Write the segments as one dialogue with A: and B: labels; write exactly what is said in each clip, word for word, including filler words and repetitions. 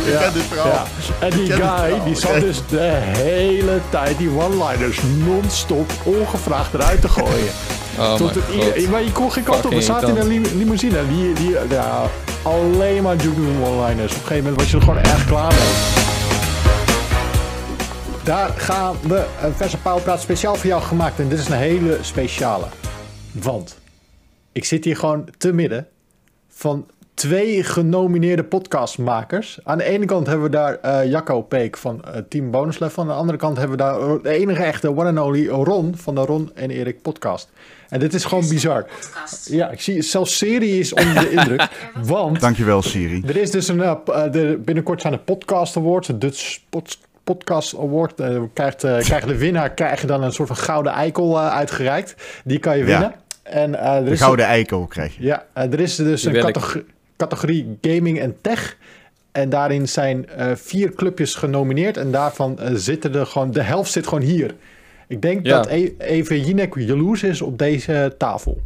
A: ik ken dit verhaal. Ja.
B: En die guy, die zat dus de hele tijd die one-liners non-stop ongevraagd eruit te gooien.
C: Oh
B: Tot het, je, maar je kon geen kant op. We zaten in een lim- limousine. Die, die, ja, alleen maar Duke Nukem one-liners. Op een gegeven moment was je er gewoon echt klaar mee. Daar gaan we een verse Powerpraat speciaal voor jou gemaakt. En dit is een hele speciale. Want ik zit hier gewoon te midden van twee genomineerde podcastmakers. Aan de ene kant hebben we daar uh, Jacco Peek van uh, Team Bonus Level. Aan de andere kant hebben we daar de enige echte one and only Ron van de Ron en Erik podcast. En dit is gewoon bizar. Ja, ik zie zelfs Siri is onder de indruk. Want
A: dankjewel Siri.
B: Er is dus een uh, de, binnenkort zijn de Podcast Awards, de Dutch pod, Podcast Award. Uh, krijgt, uh, krijgen de winnaar krijgen dan een soort van gouden eikel uh, uitgereikt. Die kan je winnen.
A: Ja.
B: En, uh, er
A: de
B: is
A: gouden eikel krijg je.
B: Ja, uh, er is dus Die een categorie, categorie gaming en tech. En daarin zijn uh, vier clubjes genomineerd. En daarvan uh, zitten er gewoon, de helft zit gewoon hier. Ik denk ja. dat e- even Jinek jaloers is op deze tafel.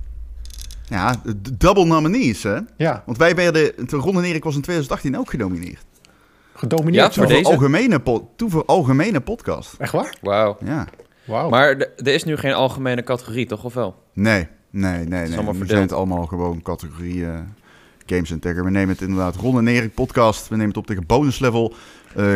A: Ja, double nominees, hè?
B: Ja.
A: Want wij werden, Ron en Erik was in twintig achttien ook genomineerd.
B: Gedomineerd?
C: Ja, voor
A: toen,
C: deze?
A: Voor algemene po- toen voor algemene podcast.
B: Echt waar?
C: Wauw.
A: Ja.
B: Wow.
C: Maar d- er is nu geen algemene categorie, toch? Of wel?
A: Nee, nee, nee. nee.
C: We
A: zijn het allemaal gewoon categorieën games en tech. We nemen het inderdaad Ron en Erik podcast. We nemen het op tegen bonus level. Uh,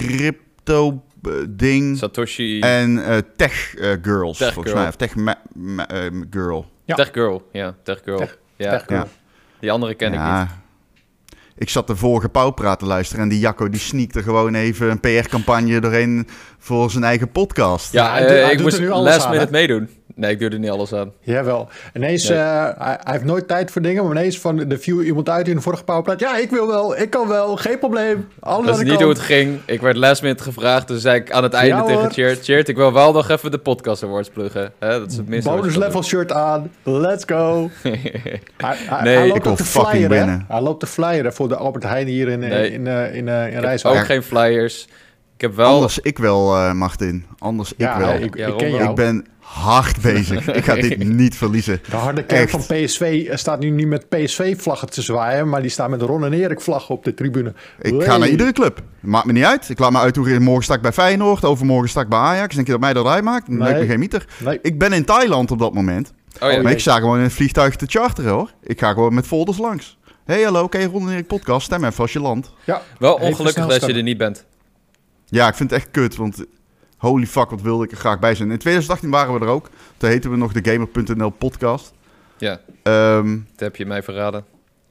A: crypto uh, ding.
C: Satoshi.
A: En uh, tech uh, girls,
C: tech
A: volgens
C: girl.
A: mij. Of tech ma- ma- uh, girl.
C: Ja. Tech girl, ja. Tech girl.
B: Tech,
C: ja.
B: tech girl.
A: Ja.
C: Die andere ken
A: ja.
C: ik niet.
A: Ik zat de vorige Pauwpraat te luisteren en die Jacco die sneakte gewoon even een P R-campagne doorheen voor zijn eigen podcast.
C: Ja,
B: ja hij
C: uh,
B: doet, hij
C: ik
B: doet
C: moest
B: er nu alles
C: last
B: aan,
C: minute
B: hè?
C: meedoen. Nee, ik doe er niet alles aan.
B: Jawel. Ineens,
C: Nee.
B: uh, hij, hij heeft nooit tijd voor dingen, maar ineens van de viel iemand uit in de vorige Powerpraat. Ja, ik wil wel, ik kan wel, geen probleem. Alles
C: Dat is
B: wat ik
C: niet
B: kan.
C: hoe het ging. Ik werd last minute gevraagd, dus zei ik aan het einde
B: Ja,
C: tegen
B: hoor.
C: Cheert. Cheert, ik wil wel nog even de podcast awards pluggen. Hè? Dat is het minste.
B: Bonus level shirt aan, let's go. hij, hij,
C: Nee,
B: hij
A: ik
B: loopt
A: wil
B: ook de
A: fucking
B: flyer, hè?
A: winnen.
B: Hij loopt de flyer voor de Albert Heijn hier in,
C: Nee.
B: in, in, in, uh, in
C: Ik heb
B: Rijswijk.
C: ook geen flyers. Ik heb wel...
A: Anders ik wel, uh, Martin. Anders
B: Ja,
A: ik wel.
B: ik,
C: Ja,
B: ik ken
C: Ron,
B: jou.
A: Ik ben hard bezig. Ik ga dit niet verliezen.
B: De harde kern
A: Echt.
B: van P S V staat nu niet met P S V-vlaggen te zwaaien, maar die staat met de Ron en Erik-vlaggen op de tribune.
A: Ik
B: Hey.
A: ga naar iedere club. Maakt me niet uit. Ik laat me uithoeren. Morgen sta ik bij Feyenoord. Overmorgen sta ik bij Ajax. Denk je dat mij dat uitmaakt? Dan
B: Nee.
A: lijkt me geen mieter.
B: Nee.
A: Ik ben in Thailand op dat moment.
C: Oh, ja.
A: Maar ik sta gewoon in een vliegtuig te charteren, hoor. Ik ga gewoon met folders langs. Hey, hallo, oké, Ron en Erik podcast. Stem even als je landt.
B: Ja.
C: Wel
B: Even
C: ongelukkig
B: snel
C: dat je
B: stemmen.
C: er niet bent.
A: Ja, ik vind het echt kut, want holy fuck, wat wilde ik er graag bij zijn. In twintig achttien waren we er ook. Toen heten we nog de Gamer punt n l podcast.
C: Ja,
A: Ehm,
C: dat heb je mij verraden.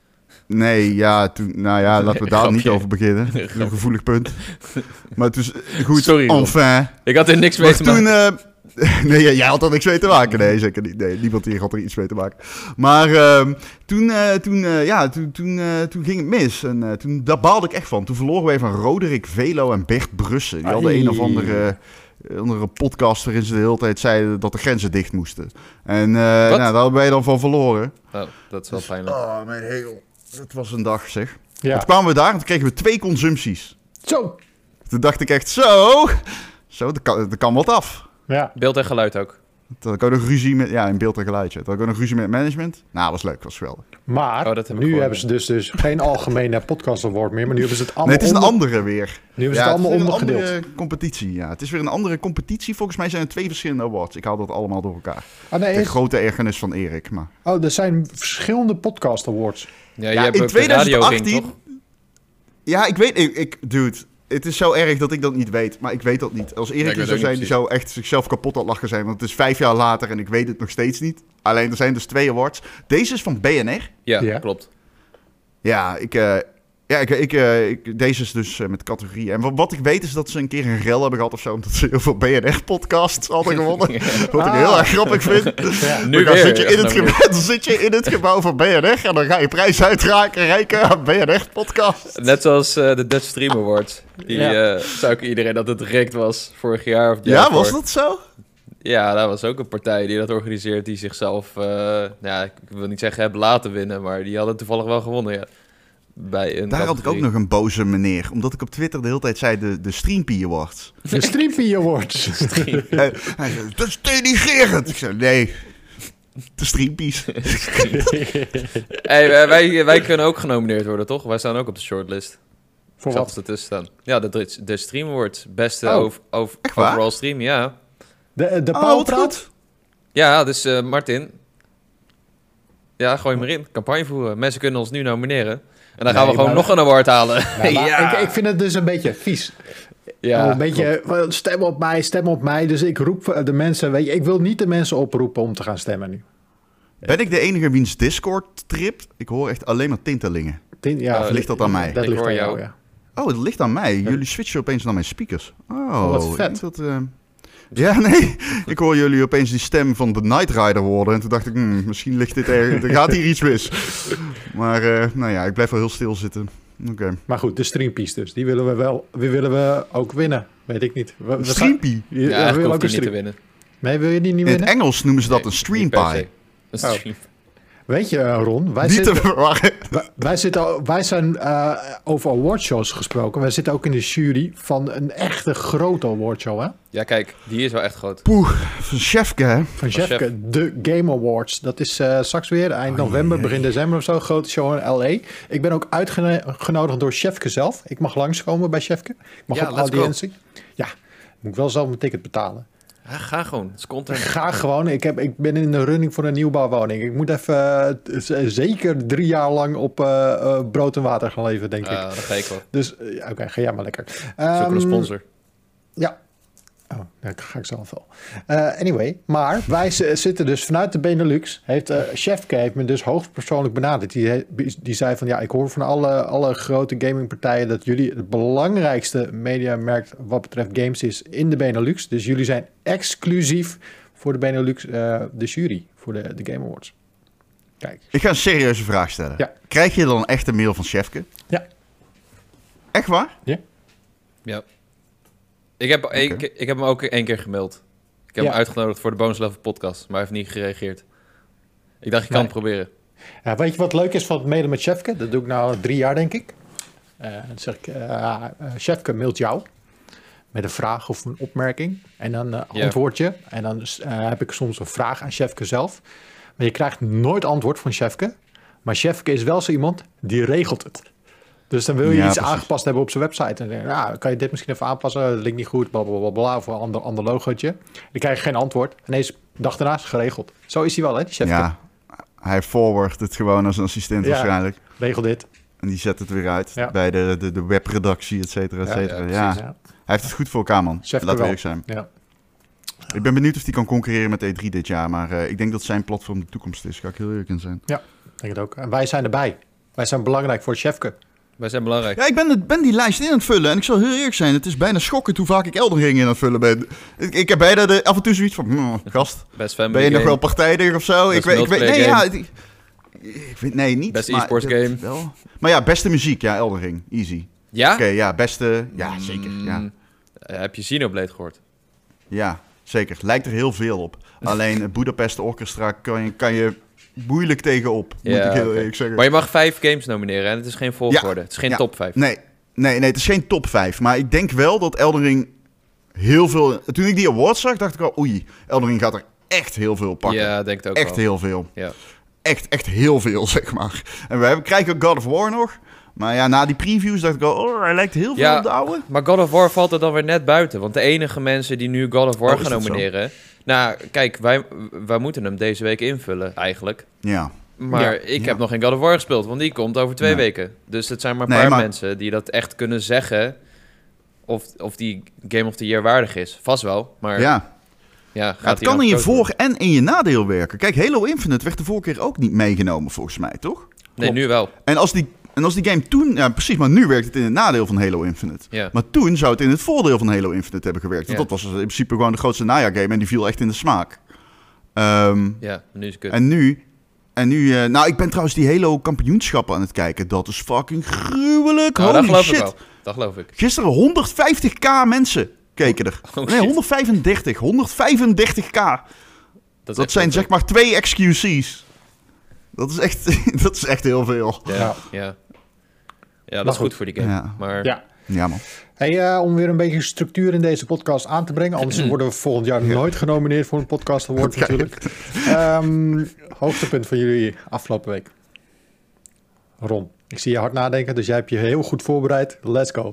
A: nee, ja, toen, nou ja, laten we daar
C: Grapje.
A: niet over beginnen. Dat is een gevoelig punt. Maar het is goed,
C: Sorry, Ron.
A: enfin.
C: Ik had er niks mee
A: Maar
C: te
A: toen,
C: maken.
A: eh, nee, jij had er niks mee te maken. Nee, zeker niet. Nee, niemand hier had er iets mee te maken. Maar ehm, toen, eh, toen, eh, ja, toen, toen, eh, toen ging het mis. En eh, toen, daar baalde ik echt van. Toen verloren wij van Roderick Velo en Bert Brussen. Die hadden
B: Ai.
A: een of andere, eh, andere podcast waarin ze de hele tijd zeiden dat de grenzen dicht moesten. En eh, nou, daar hadden wij dan van verloren.
C: Oh, dat is wel pijnlijk.
A: Oh, mijn hemel. Het was een dag, zeg.
B: Ja.
A: Toen kwamen we daar en toen kregen we twee consumpties.
B: Zo.
A: Toen dacht ik echt, zo, zo, dat kan, dat kan wat af.
B: Ja.
C: Beeld en geluid ook.
A: Toen had ik ook nog ruzie met... Ja, in beeld en geluidje. Toen had ik ook nog ruzie met het management. Nou, was leuk. Was geweldig.
B: Maar
C: Oh, dat heb ik
B: nu
C: gehoord,
B: hebben ze dus, dus geen algemene podcast award meer, maar nu hebben ze het
A: Nee,
B: allemaal
A: het is een
B: onder-
A: andere weer.
B: Nu hebben ze
A: Ja,
B: het allemaal
A: is weer een
B: ondergedeeld.
A: andere competitie, ja. Het is weer een andere competitie. Volgens mij zijn er twee verschillende awards. Ik haal dat allemaal door elkaar.
B: Ah, nee,
A: De
B: is-
A: grote ergernis van Erik, maar...
B: oh, er zijn verschillende podcast awards.
C: Ja, je
A: Ja,
C: hebt
A: in
C: ook de Radio
A: twintig achttien...
C: Ring, toch?
A: Ja, ik weet... Ik, ik, dude, het is zo erg dat ik dat niet weet. Maar ik weet dat niet. Als
C: Ja,
A: Erik
C: ik
A: hier
C: weet
A: zou
C: ook
A: zijn,
C: niet
A: die zou echt zichzelf kapot aan het lachen zijn. Want het is vijf jaar later en ik weet het nog steeds niet. Alleen, er zijn dus twee awards. Deze is van B N R.
C: Ja,
B: Ja.
C: klopt.
A: Ja, ik, uh, ja, ik, ik, uh, ik, deze is dus uh, met categorieën. En wat, wat ik weet is dat ze een keer een rel hebben gehad of zo, omdat ze heel veel B N R-podcasts hadden gewonnen. Wat ik heel
B: Ah.
A: erg grappig vind.
B: Ja.
A: Dan
C: Nu
A: ga-
C: weer.
A: zit, je in het
C: Nou,
A: gebouw, dan zit je in het gebouw van B N R en dan ga je prijs uitraken reiken aan B N R-podcast.
C: Net zoals uh, de Dutch Stream Awards. Die
B: Ja.
C: uh, zou ik iedereen dat het rigged was vorig jaar of het jaar
A: Ja, was
C: ervoor.
A: dat zo?
C: Ja, dat was ook een partij die dat organiseert, die zichzelf, uh, ja, ik wil niet zeggen hebben laten winnen, maar die hadden toevallig wel gewonnen, ja. Bij een
A: Daar had ik ook
C: categorie.
A: nog een boze meneer. Omdat ik op Twitter de hele tijd zei de, de Streampie Awards.
B: De Streampie Awards.
A: Hij, hij zei, dat is denigrerend. Ik zei, nee, de Streampies.
C: Hey, wij, wij, wij kunnen ook genomineerd worden, toch? Wij staan ook op de shortlist.
B: Voor
C: Zat
B: wat?
C: er tussen staan. Ja, de, de Stream Awards. Beste
B: Oh,
C: over, over,
A: echt waar?
C: overall stream, ja.
B: De, de
A: Oh,
B: Pauw
A: wat
B: praat?
A: goed.
C: Ja, dus uh, Martin. Ja, gooi maar in. Campagne voeren. Mensen kunnen ons nu nomineren. En dan
B: Nee,
C: gaan we gewoon
B: maar-
C: nog een award halen.
B: Ja, maar
C: Ja.
B: ik, ik vind het dus een beetje vies.
C: Ja,
B: Oh, een beetje, wel, stem op mij, stem op mij. Dus ik roep de mensen, weet je, ik wil niet de mensen oproepen om te gaan stemmen nu.
A: Ben ik de enige wiens Discord tript? Ik hoor echt alleen maar tintelingen.
B: Tien, ja,
C: Uh,
A: ligt dat aan mij?
B: Dat
C: Ik
B: ligt
C: hoor
B: aan jou,
C: jou.
B: ja.
A: Oh, het ligt aan mij. Jullie switchen opeens naar mijn speakers. Oh,
B: Oh, wat
A: ik
B: vet.
A: denk dat, eh, Ja, nee. Ik hoor jullie opeens die stem van de Knight Rider worden. En toen dacht ik, hmm, misschien ligt dit er, er gaat hier iets mis. Maar, uh, nou ja, ik blijf wel heel stil zitten. Oké. Okay.
B: Maar goed, de streampiece dus. Die willen we wel, die willen we ook winnen. Weet ik niet. We, we
A: Streampie.
B: gaan-
C: Ja,
B: we
C: eigenlijk
B: willen
C: hoeft
B: ook
C: hij
B: een
C: niet te
B: stream.
C: winnen.
B: Nee, wil je die niet
A: In het
B: winnen?
A: Engels noemen ze dat
C: Nee,
A: een stream
C: niet per se.
A: pie.
C: Een
B: Oh.
C: stream.
B: Weet je, Ron, wij
A: Niet
B: zitten,
A: te verwarren.
B: wij, wij, zitten, al- wij zijn uh, over awardshows gesproken. Wij zitten ook in de jury van een echte grote awardshow, hè?
C: Ja, kijk, die is wel echt groot.
A: Poeh, van Chefke, hè?
B: Van
C: Chef.
B: Jeffke, de Game Awards. Dat is uh, straks weer eind
A: Oh,
B: november,
A: jee.
B: begin december of zo. Grote show in L A. Ik ben ook uitgenodigd door Jeffke zelf. Ik mag langskomen bij Jeffke. Ik mag
C: Ja,
B: op
C: let's go.
B: audiëntie. Ja, moet ik wel zelf mijn ticket betalen.
C: Ja, ga gewoon. Het is content.
B: Ga gewoon. Ik, heb, ik ben in de running voor een nieuwbouwwoning. Ik moet even uh, z- zeker drie jaar lang op uh, uh, brood en water gaan leven, denk ik.
C: Ja, dat ga ik wel.
B: Dus uh, oké, okay, ga jij maar lekker.
C: Zoek een
B: Ehm,
C: sponsor.
B: Ja. Oh, dat ga ik zelf wel. Uh, anyway, maar wij z- zitten dus vanuit de Benelux. Heeft uh, Chefke heeft me dus hoogstpersoonlijk benaderd. Die, he- die zei van ja, ik hoor van alle, alle grote gamingpartijen dat jullie het belangrijkste mediamerk wat betreft games is in de Benelux. Dus jullie zijn exclusief voor de Benelux uh, de jury voor de, de Game Awards. Kijk.
A: Ik ga een serieuze vraag stellen.
B: Ja.
A: Krijg je dan echt een mail van Chefke?
B: Ja.
A: Echt waar?
C: Ja. Ik heb,
A: Oké.
C: ik, ik heb hem ook één keer gemaild. Ik heb
B: Ja.
C: hem uitgenodigd voor de Bonus Level podcast, maar hij heeft niet gereageerd. Ik dacht, je kan
B: Nee.
C: het proberen.
B: Ja, weet je wat leuk is van het mailen met Chefke? Dat doe ik nou drie jaar, denk ik. Uh, dan zeg ik, uh, uh, Chefke mailt jou met een vraag of een opmerking. En dan uh,
C: Ja.
B: antwoord je. En dan uh, heb ik soms een vraag aan Chefke zelf. Maar je krijgt nooit antwoord van Chefke. Maar Chefke is wel zo iemand die regelt het. Dus dan wil je
A: Ja,
B: iets
A: precies.
B: aangepast hebben op zijn website. En dan denk je, ja, kan je dit misschien even aanpassen? Dat linkt niet goed, blablabla, bla, bla, of een ander, ander logootje. Dan krijg je geen antwoord. Ineens, dag daarna is het geregeld. Zo is hij wel, hè, die Chefke.
A: Ja. Hij forwardt het gewoon als een assistent
B: Ja.
A: waarschijnlijk.
B: Regel dit.
A: En die zet het weer uit
B: Ja.
A: bij de, de, de webredactie, et cetera, et
B: Ja,
A: cetera.
C: ja,
A: Ja,
C: precies,
B: Ja.
A: Hij heeft het goed voor elkaar, man.
B: Chefke
A: Laten we
B: wel.
A: eerlijk zijn.
B: Ja.
A: Ik ben benieuwd of hij kan concurreren met E drie dit jaar. Maar uh, ik denk dat zijn platform de toekomst is. Ga ik heel eerlijk in zijn.
B: Ik denk het ook. En wij zijn erbij. Wij zijn belangrijk voor Chefke.
C: Wij zijn belangrijk.
A: Ja, ik ben, het, ben die lijst in aan het vullen. En ik zal heel eerlijk zijn. Het is bijna schokkend hoe vaak ik Elden Ring in aan het vullen ben. Ik, ik heb bijna de, af en toe zoiets van... hmm, gast,
C: Best family
A: ben je nog
C: game.
A: wel partijdig of zo?
C: Best
A: Ik weet, ik weet, nee,
C: multiplayer
A: ja, ik, ik weet, nee, niet.
C: Beste
A: maar
C: e-sports
A: dat
C: game.
A: Wel. Maar ja, beste muziek. Ja, Elden Ring. Easy.
C: Ja?
A: Oké, ja, beste... Ja, zeker. Ja.
C: Mm, eh, heb je Xenoblade gehoord?
A: Ja, zeker. Lijkt er heel veel op. Alleen het Budapest Orchestra kan je, kan je moeilijk tegenop, moet
C: Ja,
A: ik heel
C: oké.
A: eerlijk zeggen.
C: Maar je mag vijf games nomineren en het is geen volgorde. Het is geen
A: ja.
C: top vijf.
A: Nee, nee, nee, het is geen top vijf. Maar ik denk wel dat Elden Ring heel veel... Toen ik die awards zag, dacht ik al... Oei, Elden Ring gaat er echt heel veel pakken.
C: Ja, denk het ook
A: echt
C: wel.
A: heel veel.
C: Ja.
A: Echt, echt heel veel, zeg maar. En we hebben, krijgen ook God of War nog. Maar ja, na die previews dacht ik al... Oh, hij lijkt heel veel
C: Ja.
A: op de oude.
C: Maar God of War valt er dan weer net buiten. Want de enige mensen die nu God of War
A: Oh, is
C: gaan
A: dat zo?
C: nomineren... Nou, kijk, wij, wij moeten hem deze week invullen, eigenlijk.
A: Ja.
C: Maar
B: Ja.
C: ik
A: Ja.
C: heb nog geen God of War gespeeld, want die komt over twee
A: Nee.
C: weken. Dus het zijn maar een
A: Nee,
C: paar
A: maar-
C: mensen die dat echt kunnen zeggen... Of, of die Game of the Year waardig is. Vast wel, maar ja,
A: Ja.
C: gaat
A: Ja, het
C: hier
A: kan
C: nog
A: in je
C: gekozen
A: voor- en in je nadeel werken. Kijk, Halo Infinite werd de vorige keer ook niet meegenomen, volgens mij, toch?
C: worden? Nee, nu wel.
A: En als die, en als die game toen... Ja, precies, maar nu werkt het in het nadeel van Halo Infinite.
C: Ja.
A: Maar toen zou het in het voordeel van Halo Infinite hebben gewerkt. Want
C: Ja.
A: dat was in principe gewoon de grootste najaargame en die viel echt in de smaak. Ehm,
C: Ja, nu is het kut.
A: en nu... En nu... eh, nou, ik ben trouwens die Halo kampioenschappen aan het kijken. Dat is fucking gruwelijk.
C: Nou,
A: Holy
C: dat geloof
A: shit.
C: ik wel. Dat geloof ik.
A: Gisteren honderdvijftig k mensen keken er.
C: Oh,
A: nee,
C: shit.
A: honderdvijfendertig. honderdvijfendertig k.
C: Dat,
A: Dat,
C: is echt
A: zijn
C: heel
A: zeg maar twee X Q C's. Dat is echt, dat is echt heel veel.
C: veel. Ja, ja. ja. dat
B: Maar
C: is goed
B: goed.
C: voor die game.
A: Ja.
C: Maar
B: Ja.
A: Ja, man.
B: Hey, uh, om weer een beetje structuur in deze podcast aan te brengen. Anders worden we volgend jaar nooit genomineerd voor een podcast award
A: Kijk.
B: natuurlijk. Um, hoogtepunt van jullie afgelopen week. Ron. Ik zie je hard nadenken, dus jij hebt je heel goed voorbereid. Let's go.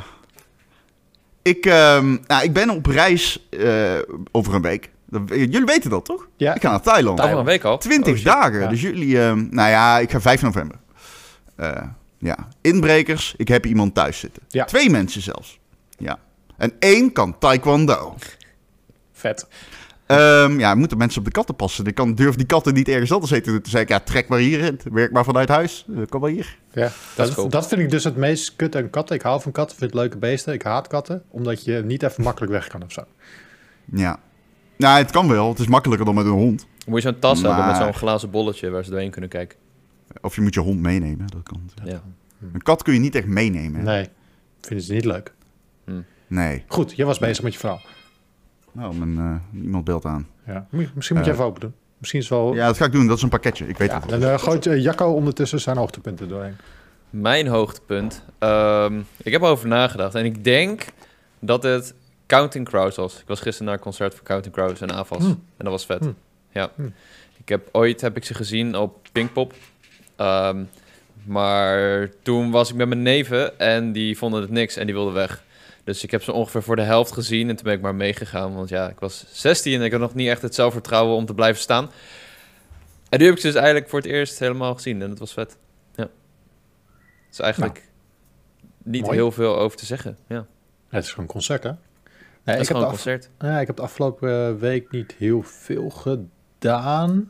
A: Ik, um, nou, ik ben op reis uh, over een week. Jullie weten dat, toch?
B: Ja.
A: Ik ga naar Thailand.
C: Over een week al?
A: Twintig
C: Oh,
A: dagen.
B: Ja.
A: Dus jullie... Um, nou ja, ik ga vijf november. Uh, ja. Inbrekers. Ik heb iemand thuis zitten.
B: Ja.
A: Twee mensen zelfs. Ja. En één kan taekwondo.
B: Vet.
A: Um, ja, moeten mensen op de katten passen. Ik kan, durf die katten niet ergens anders eten. Toen zei ik, ja, trek maar hierin. Werk maar vanuit huis. Uh, kom maar hier.
B: Ja,
C: Dat is
B: dat,
C: cool.
B: dat vind ik dus het meest kut aan katten. Ik hou van katten, vind het leuke beesten. Ik haat katten, omdat je niet even makkelijk weg kan of zo.
A: Ja. Nou, het kan wel. Het is makkelijker dan met een hond.
C: Moet je zo'n tas
A: Maar-
C: hebben met zo'n glazen bolletje waar ze doorheen kunnen kijken.
A: Of je moet je hond meenemen. Dat kan.
C: Ja.
A: Een kat kun je niet echt meenemen. hè?
B: Nee, vinden ze niet leuk.
A: Nee.
B: Goed, jij was bezig met je vrouw.
A: Nou, mijn, uh, iemand belt aan.
B: Ja. Misschien moet je
A: Uh,
B: even open doen. Misschien is het wel...
A: Ja, dat ga ik doen. Dat is een pakketje. Ik weet
B: Ja,
A: het.
B: dan uh, gooit uh, Jacco ondertussen zijn hoogtepunten doorheen.
C: Mijn hoogtepunt. ehm, ik heb erover nagedacht en ik denk dat het Counting Crows was. Ik was gisteren naar een concert van Counting Crows en A F A S.
B: Hmm.
C: En dat was vet.
B: Hmm.
C: Ja.
B: Hmm.
C: Ik heb, ooit heb ik ze gezien op Pinkpop. Ehm, maar toen was ik met mijn neven en die vonden het niks en die wilden weg. Dus ik heb ze ongeveer voor de helft gezien en toen ben ik maar meegegaan. Want ja, ik was zestien en ik had nog niet echt het zelfvertrouwen om te blijven staan. En nu heb ik ze dus eigenlijk voor het eerst helemaal gezien en het was vet. Ja. Het is eigenlijk niet
B: mooi.
C: heel veel over te zeggen. Ja, het
B: Het is gewoon een concert, hè? Nee,
C: is
B: ik, heb
C: gewoon
B: de
C: een
B: af-
C: concert.
B: ja, ik heb de afgelopen week niet heel veel gedaan.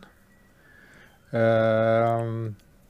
B: Ehm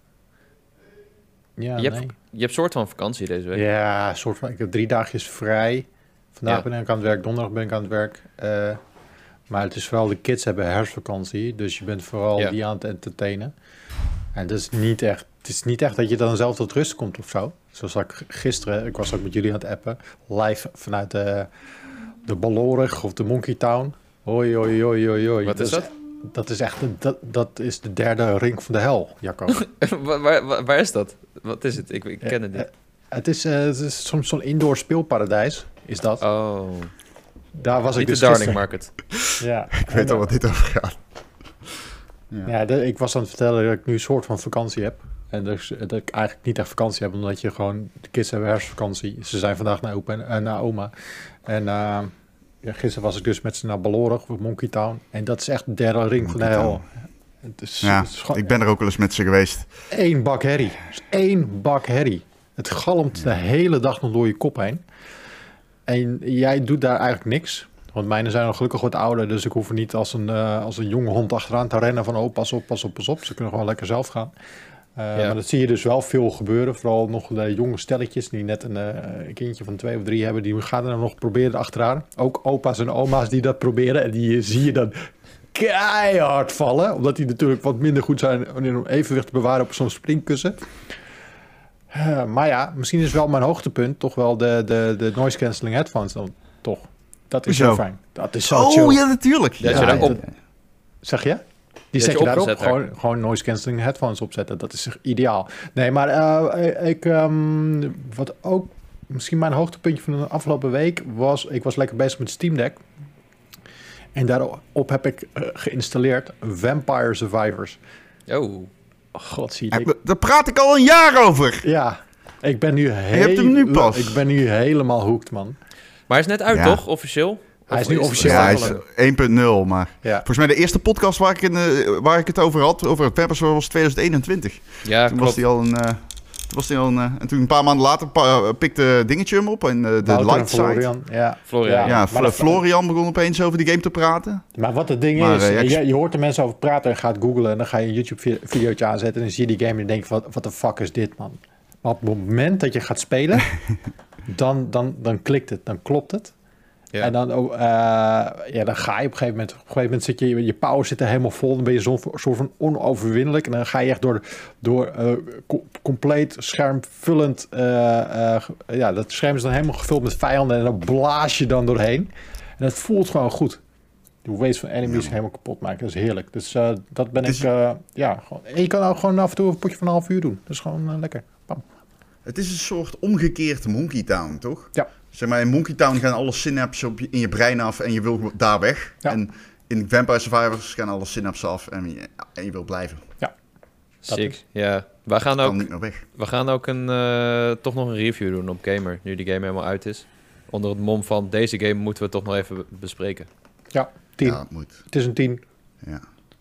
B: ja,
C: Je
B: nee.
C: hebt, je hebt soort van vakantie deze week.
B: Ja, soort van. Ik heb drie dagjes vrij. Vandaag
C: Ja.
B: ben ik aan het werk, donderdag ben ik aan het werk. Eh, maar het is vooral, de kids hebben herfstvakantie. Dus je bent vooral
C: Ja.
B: die aan het entertainen. En dat is niet echt, het is niet echt dat je dan zelf tot rust komt of zo. Zoals ik gisteren, ik was ook met jullie aan het appen. Live vanuit de, de Ballorig of de Monkey Town. Hoi, hoi, hoi, hoi, hoi.
C: Wat is dat?
B: Dat is echt, een- dat, dat is de derde ring van de hel, Jacco.
C: waar, waar, waar- waar is dat? Wat is het? Ik, ik ken het niet.
B: Eh, Het is, eh, het is soms zo'n indoor speelparadijs, is dat.
C: Oh,
B: Daar was
C: niet
B: ik
C: de
B: dus
C: Darling
B: gisteren.
C: Market.
B: Ja,
A: Ik weet al wat dit over gaat. Ja.
B: Ja, de- ik was aan het vertellen dat ik nu een soort van vakantie heb. En dus, eh, dat ik eigenlijk niet echt vakantie heb, omdat je gewoon... De kids hebben herfstvakantie. Ze zijn vandaag naar opa en eh, naar oma. En uh, ja, gisteren was ik dus met ze naar Ballorig of Monkey Town. En dat is echt de derde ring van de
A: Monkey
B: hel. Het is,
A: Ja,
B: het is gewoon
A: ik ben er ook wel eens met ze geweest.
B: één bak herrie. Het is één bak herrie. Het galmt de hele dag nog door je kop heen. En jij doet daar eigenlijk niks. Want mijne zijn al gelukkig wat ouder, dus ik hoef er niet als een, uh, als een jonge hond achteraan te rennen van oh, pas op, pas op, pas op. Ze kunnen gewoon lekker zelf gaan. Uh,
C: Ja.
B: Maar dat zie je dus wel veel gebeuren. Vooral nog de jonge stelletjes die net een, uh, een kindje van twee of drie hebben. Die gaan er dan nog proberen achteraan. Ook opa's en oma's die dat proberen. En die uh, zie je dan keihard vallen. Omdat die natuurlijk wat minder goed zijn om evenwicht te bewaren op zo'n springkussen. Uh, maar ja, misschien is wel mijn hoogtepunt toch wel de, de, de noise cancelling headphones dan toch. Dat is
A: Hoezo?
B: zo fijn. Dat is zo
A: Oh,
B: chill.
A: ja, natuurlijk.
C: Ja,
A: Ja,
C: zet je daar
A: ja,
C: op.
A: ja.
B: Zeg je? Die
C: Dat
B: zet
C: je
B: je daarop.
C: opgezet daar.
B: Gewoon, gewoon noise cancelling headphones opzetten. Dat is ideaal. Nee, maar uh, ik, um, wat ook misschien mijn hoogtepuntje van de afgelopen week was, ik was lekker bezig met Steam Deck. En daarop heb ik uh, geïnstalleerd Vampire Survivors.
C: Oh,
B: Oh, god, zie
A: Ja,
B: je.
A: Daar praat ik al een jaar over.
B: Ja, ik ben nu
A: hebt hem nu pas.
B: Ik ben nu helemaal hooked, man.
C: maar hij is net uit,
A: Ja.
C: toch? Officieel?
B: Hij is
C: Of
B: nu
C: het
B: officieel
A: Ja, hij
C: nog
A: is
C: wel een-
A: één punt nul, maar...
B: Ja.
A: Volgens mij de eerste podcast waar ik, in, uh, waar ik het over had, over het Vampire was twintig eenentwintig.
C: Ja,
A: toen was
C: klopt.
A: hij al een... Uh, toen was hij al een uh, en toen een paar maanden later pa, uh, pikte Dingetje hem op in uh, de
B: Wouter en
A: light side.
B: Florian. Ja.
C: Florian.
A: Ja,
B: maar
A: Fl-
B: dat-
A: Florian begon opeens over die game te praten.
B: Maar wat het ding
A: Maar,
B: is,
A: uh, ja, ik-
B: je, je hoort er mensen over praten en gaat googlen en dan ga je een YouTube-videootje aanzetten en dan zie je die game en denk je, wat, wat de fuck is dit, man? Maar op het moment dat je gaat spelen, dan, dan, dan klikt het, dan klopt het.
C: Ja.
B: En dan, oh, uh, ja, dan ga je op een gegeven moment, op een gegeven moment zit je, je power zit er helemaal vol, dan ben je zo'n soort van onoverwinnelijk en dan ga je echt door, door uh, co- compleet schermvullend, uh, uh, ja, dat scherm is dan helemaal gevuld met vijanden en dan blaas je dan doorheen. En het voelt gewoon goed. De waves van enemies
A: Ja.
B: helemaal kapot maken, dat is heerlijk. Dus uh, dat ben
A: Het is-
B: ik, uh, ja, gewoon, en je kan ook gewoon af en toe een potje van een half uur doen. Dat is gewoon uh, lekker. Bam.
A: Het is een soort omgekeerd Monkey Town, toch?
B: Ja.
A: Zeg maar, in Monkey Town gaan alle synapsen op je, in je brein af en je wil gewoon daar weg.
B: Ja.
A: En in Vampire Survivors gaan alle synapsen af en je, en je wil blijven.
C: Sick, ja. We gaan
A: Kan
C: ook,
A: niet meer weg.
C: we gaan ook een, uh, toch nog een review doen op Gamer, nu die game helemaal uit is. Onder het mom van, deze game moeten we toch nog even bespreken.
B: Ja, tien.
A: Ja, het moet.
B: Het is een tien.
A: Ja.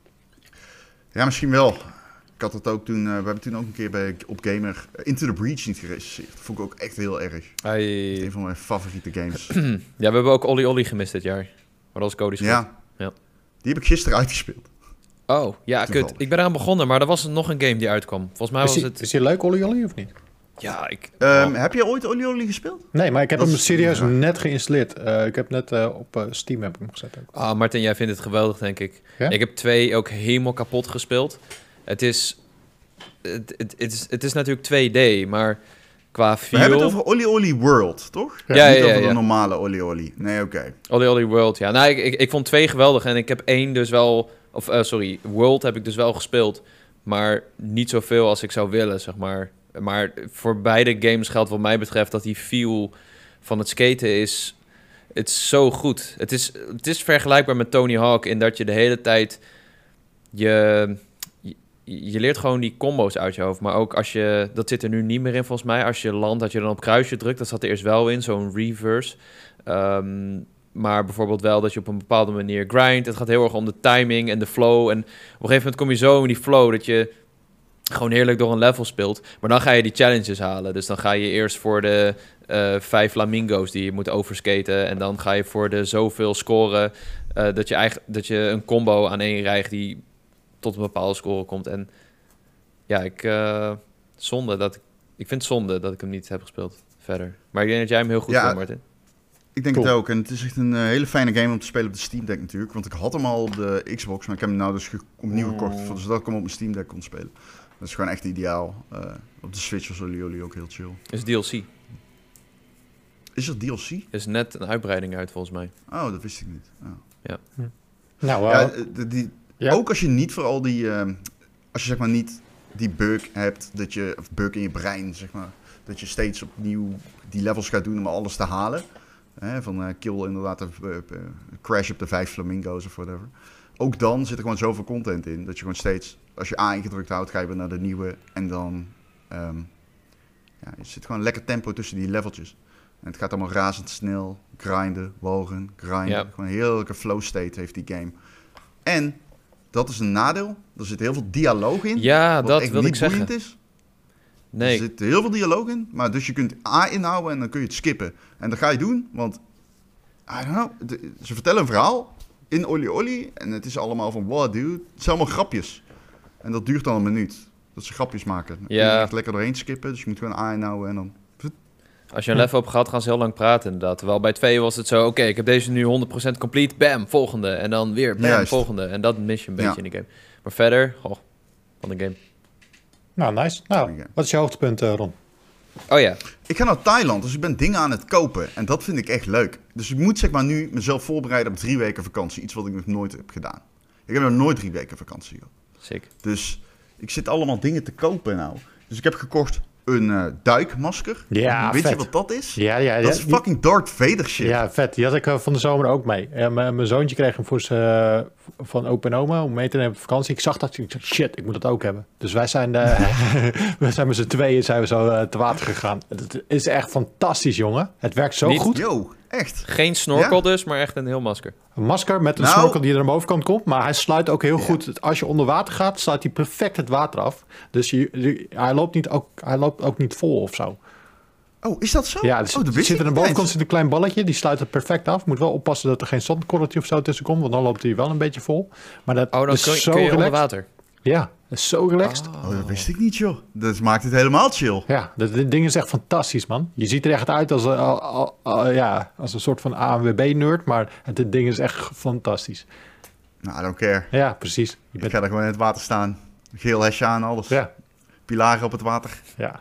A: ja, misschien wel. Ik had het ook toen, uh, we hebben toen ook een keer bij, op Gamer uh, Into the Breach niet gerecenseerd. Dat vond ik ook echt heel erg. Dat is
C: Ai.
A: een van mijn favoriete games.
C: Ja, we hebben ook Olly Olly gemist dit jaar. Maar dat was Cody's schuld.
A: Ja.
C: Ja.
A: Die heb ik gisteren uitgespeeld.
C: Oh, ja,
A: Toevallig.
C: kut. Ik ben eraan begonnen, maar er was nog een game die uitkwam. Volgens mij
B: Is
C: was
B: die,
C: het...
B: is die leuk, Olly Olly, of niet?
C: Ja, ik...
A: Um,
C: oh.
A: Heb je ooit Olly Olly gespeeld?
B: Nee, maar ik heb
A: Dat
B: hem
A: is-
B: serieus
A: ja.
B: net geïnstalleerd. Uh, ik heb net uh, op uh, Steam heb ik hem gezet ook.
C: Ah, Martin, jij vindt het geweldig, denk ik.
B: Ja?
C: Ik heb twee ook helemaal kapot gespeeld. Het is... Het, het, het is, het is natuurlijk twee D, maar qua
A: We hebben het
C: feel...
A: over Olly Olly World, toch?
C: Ja,
A: Niet
C: ja, ja,
A: over
C: ja.
A: de normale Olly Olly. Nee, oké.
C: Olly Olly World, ja. Nou, ik, ik, ik vond twee geweldig en ik heb één dus wel... Of, uh, sorry, World heb ik dus wel gespeeld. Maar niet zoveel als ik zou willen, zeg maar. Maar voor beide games geldt wat mij betreft dat die feel van het skaten is... Het is zo goed. Het is, het is vergelijkbaar met Tony Hawk in dat je de hele tijd... Je, je, je leert gewoon die combo's uit je hoofd. Maar ook als je... Dat zit er nu niet meer in volgens mij. Als je landt, dat je dan op kruisje drukt. Dat zat er eerst wel in, zo'n reverse. Um, maar bijvoorbeeld wel dat je op een bepaalde manier grindt. Het gaat heel erg om de timing en de flow. En op een gegeven moment kom je zo in die flow dat je gewoon heerlijk door een level speelt. Maar dan ga je die challenges halen. Dus dan ga je eerst voor de uh, vijf flamingo's die je moet overskaten. En dan ga je voor de zoveel scoren uh, dat, je eigenlijk, dat je een combo aan één rijgt die tot een bepaalde score komt. En ja, ik... Uh, zonde dat ik... Ik vind het zonde dat ik hem niet heb gespeeld verder. Maar ik denk dat jij hem heel goed
A: Ja,
C: vindt, Martin.
A: Ik denk
B: Cool.
A: het ook. En het is echt een uh, hele fijne game om te spelen op de Steam Deck natuurlijk. Want ik had hem al op de Xbox, maar ik heb hem nou dus ge- opnieuw gekocht.
B: Mm.
A: Zodat ik hem op mijn Steam Deck kon spelen. Dat is gewoon echt ideaal. Uh, op de Switch was Olly Olly ook heel chill.
C: Is D L C.
A: Is er D L C?
C: Er is net een uitbreiding uit, volgens mij.
A: Oh, dat wist ik niet. Oh.
B: Nou, uh,
A: Ja, de- die,
B: ja.
A: Ook als je niet vooral die... Uh, als je zeg maar niet die bug hebt, dat je, of bug in je brein, zeg maar. Dat je steeds opnieuw die levels gaat doen om alles te halen. Hè, van uh, kill inderdaad, uh, uh, crash op de vijf flamingo's of whatever. Ook dan zit er gewoon zoveel content in. Dat je gewoon steeds, als je A ingedrukt houdt, ga je weer naar de nieuwe. En dan um, ja, er zit gewoon lekker tempo tussen die leveltjes. En het gaat allemaal razendsnel. Grinden, walgen, grinden.
C: Ja.
A: Gewoon een heerlijke flow state heeft die game. En dat is een nadeel. Er zit heel veel dialoog in.
C: Ja,
A: wat
C: dat
A: echt
C: wil
A: niet
C: ik zeggen.
A: boeiend is.
C: Nee,
A: Er zit heel veel dialoog in, maar dus je kunt A inhouden en dan kun je het skippen. En dat ga je doen, want I don't know, de- ze vertellen een verhaal in Olly Olly en het is allemaal van, wow dude, het zijn allemaal grapjes. En dat duurt dan een minuut, dat ze grapjes maken. Dan kun je
C: Ja.
A: echt lekker doorheen skippen, dus je moet gewoon A inhouden en dan...
C: als je een level hebt gehad, gaan ze heel lang praten inderdaad. Terwijl bij twee was het zo, oké, okay, ik heb deze nu honderd procent complete, bam, volgende. En dan weer, bam,
A: Juist.
C: volgende. En dat mis je een beetje
A: Ja.
C: in de game. Maar verder, goh, van de game.
B: nou, nice. Nou,
A: Oké.
B: wat is je hoogtepunt, uh, Ron?
C: Oh ja,
A: Ik ga naar Thailand, dus ik ben dingen aan het kopen en dat vind ik echt leuk. Dus ik moet zeg maar nu mezelf voorbereiden op drie weken vakantie, iets wat ik nog nooit heb gedaan. Ik heb nog nooit drie weken vakantie gehad.
C: sick.
A: Dus ik zit allemaal dingen te kopen nou. Dus ik heb gekocht een uh, duikmasker.
B: Ja,
A: Weet
B: vet.
A: je wat dat is?
B: Ja, ja, ja.
A: Dat is
B: die-
A: fucking Darth Vader shit.
B: Ja, vet. Die had ik uh, van de zomer ook mee. Uh, mijn mijn zoontje kreeg hem voor zijn, uh, van opa en oma om mee te nemen op vakantie. Ik zag dat, ik dacht, shit, ik moet dat ook hebben. Dus wij zijn, uh, wij zijn met z'n tweeën zijn we zo uh, te water gegaan. Het is echt fantastisch, jongen. Het werkt zo
C: Niet-
B: goed.
A: Yo, echt.
C: Geen snorkel
A: Ja.
C: dus, maar echt een heel masker.
B: Een masker met een
A: Nou-
B: snorkel die er aan de bovenkant komt. Maar hij sluit ook heel
A: Ja.
B: goed. Als je onder water gaat, sluit hij perfect het water af. Dus je, je- hij, loopt niet ook, hij loopt ook niet vol of zo.
A: Oh, is dat zo?
B: Ja, dus
A: oh, dat wist
B: zit
A: ik
B: er aan de
A: niet
B: bovenkant
A: eens.
B: zit een klein balletje. Die sluit het perfect af. Moet wel oppassen dat er geen zandkorreltje of zo tussen komt. Want dan loopt hij wel een beetje vol. Maar dat
C: Oh, dan
B: is
C: kun,
B: zo
C: kun je onder
B: relaxed.
C: water.
B: Ja, dat is zo relaxed.
A: Oh, dat wist ik niet, joh. Dat maakt het helemaal chill.
B: Ja, dat, dit ding is echt fantastisch, man. Je ziet er echt uit als, een- al- al- al- ja, als een soort van A N W B-nerd. Maar het dit ding is echt fantastisch.
A: Nou, I don't care.
B: Ja, precies. Je
A: Ik
B: bent,
A: ga er gewoon in het water staan. Geel hesje aan, alles.
B: ja,
A: Pilaren op het water.
B: ja.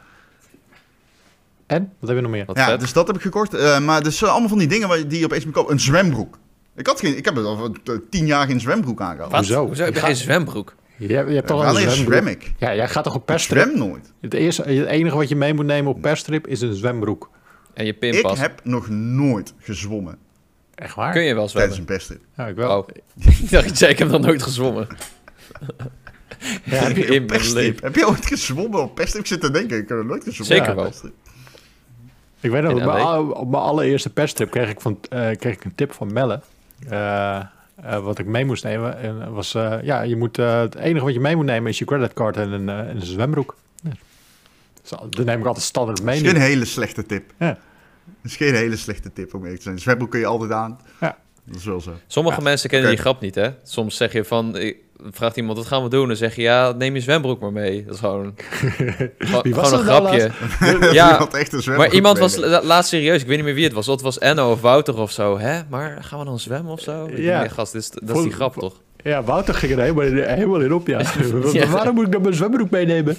B: En? Wat heb je nog meer?
C: Wat
A: Ja,
C: vet.
A: dus dat heb ik gekocht. Uh, maar dus allemaal van die dingen waar je- die je opeens moet kopen. Een zwembroek. Ik, had geen, ik heb al uh, tien jaar geen zwembroek aangehad.
C: Wat?
B: Hoezo?
C: Hoezo heb je
B: Ik ga-
C: geen zwembroek?
B: Je, je hebt toch wel
A: Wanneer
B: een zwembroek.
A: zwem ik?
B: Ja, jij gaat toch op
A: Ik
B: perstrip?
A: zwem nooit.
B: Het, eerste, het enige wat je mee moet nemen op perstrip is een zwembroek.
C: En je
A: Ik
C: pinpas.
A: heb nog nooit gezwommen
B: Echt waar?
C: Kun je wel
A: tijdens
C: zwemmen?
A: een perstrip.
B: Ja, ik wel.
C: Oh. Ik dacht, je zei, ik heb nog nooit gezwommen.
B: Ja, heb je
C: in mijn
A: Peststrip.
C: leven.
A: Heb je ooit gezwommen op Peststrip? Ik zit te denken, ik heb er nooit gezwommen.
C: Zeker
A: op
C: wel.
A: Peststrip.
B: Ik weet nog,
C: In
B: op mijn,
C: L A.
B: al- op mijn allereerste perstrip kreeg ik, van, eh, kreeg ik een tip van Melle. Eh, eh, wat ik mee moest nemen. En was, eh, ja, je moet, eh, het enige wat je mee moet nemen is je creditcard en een, eh, en een zwembroek. Ja. Zo, dat neem ik altijd standaard mee.
A: Dat is
B: nu.
A: geen hele slechte tip.
B: Ja.
A: Dat is geen hele slechte tip om eerlijk te zijn. Zwembroek kun je altijd aan.
B: Ja.
A: Dat is wel zo.
C: Sommige
B: Ja,
C: mensen kennen
A: oké.
C: die grap niet, hè? Soms zeg je van... ik- vraagt iemand, wat gaan we doen? Dan zeg je, ja, neem je zwembroek maar mee. Dat is gewoon, gewoon,
B: Wie was
C: gewoon een
B: dat nou
C: grapje.
A: Ja.
C: Ja,
A: Iemand echt een zwembroek
C: maar iemand was
A: meenemen.
C: la- laatst serieus. Ik weet niet meer wie het was. Het was Enno of Wouter of zo. Hè? Maar gaan we dan zwemmen of zo? Ik
B: Ja.
C: denk, gast, dit is, dat is
B: Vol-
C: die grap,
B: vol-
C: toch?
B: Ja, Wouter ging er helemaal in, helemaal in op, ja.
C: Ja.
B: Waarom moet ik dan mijn zwembroek meenemen?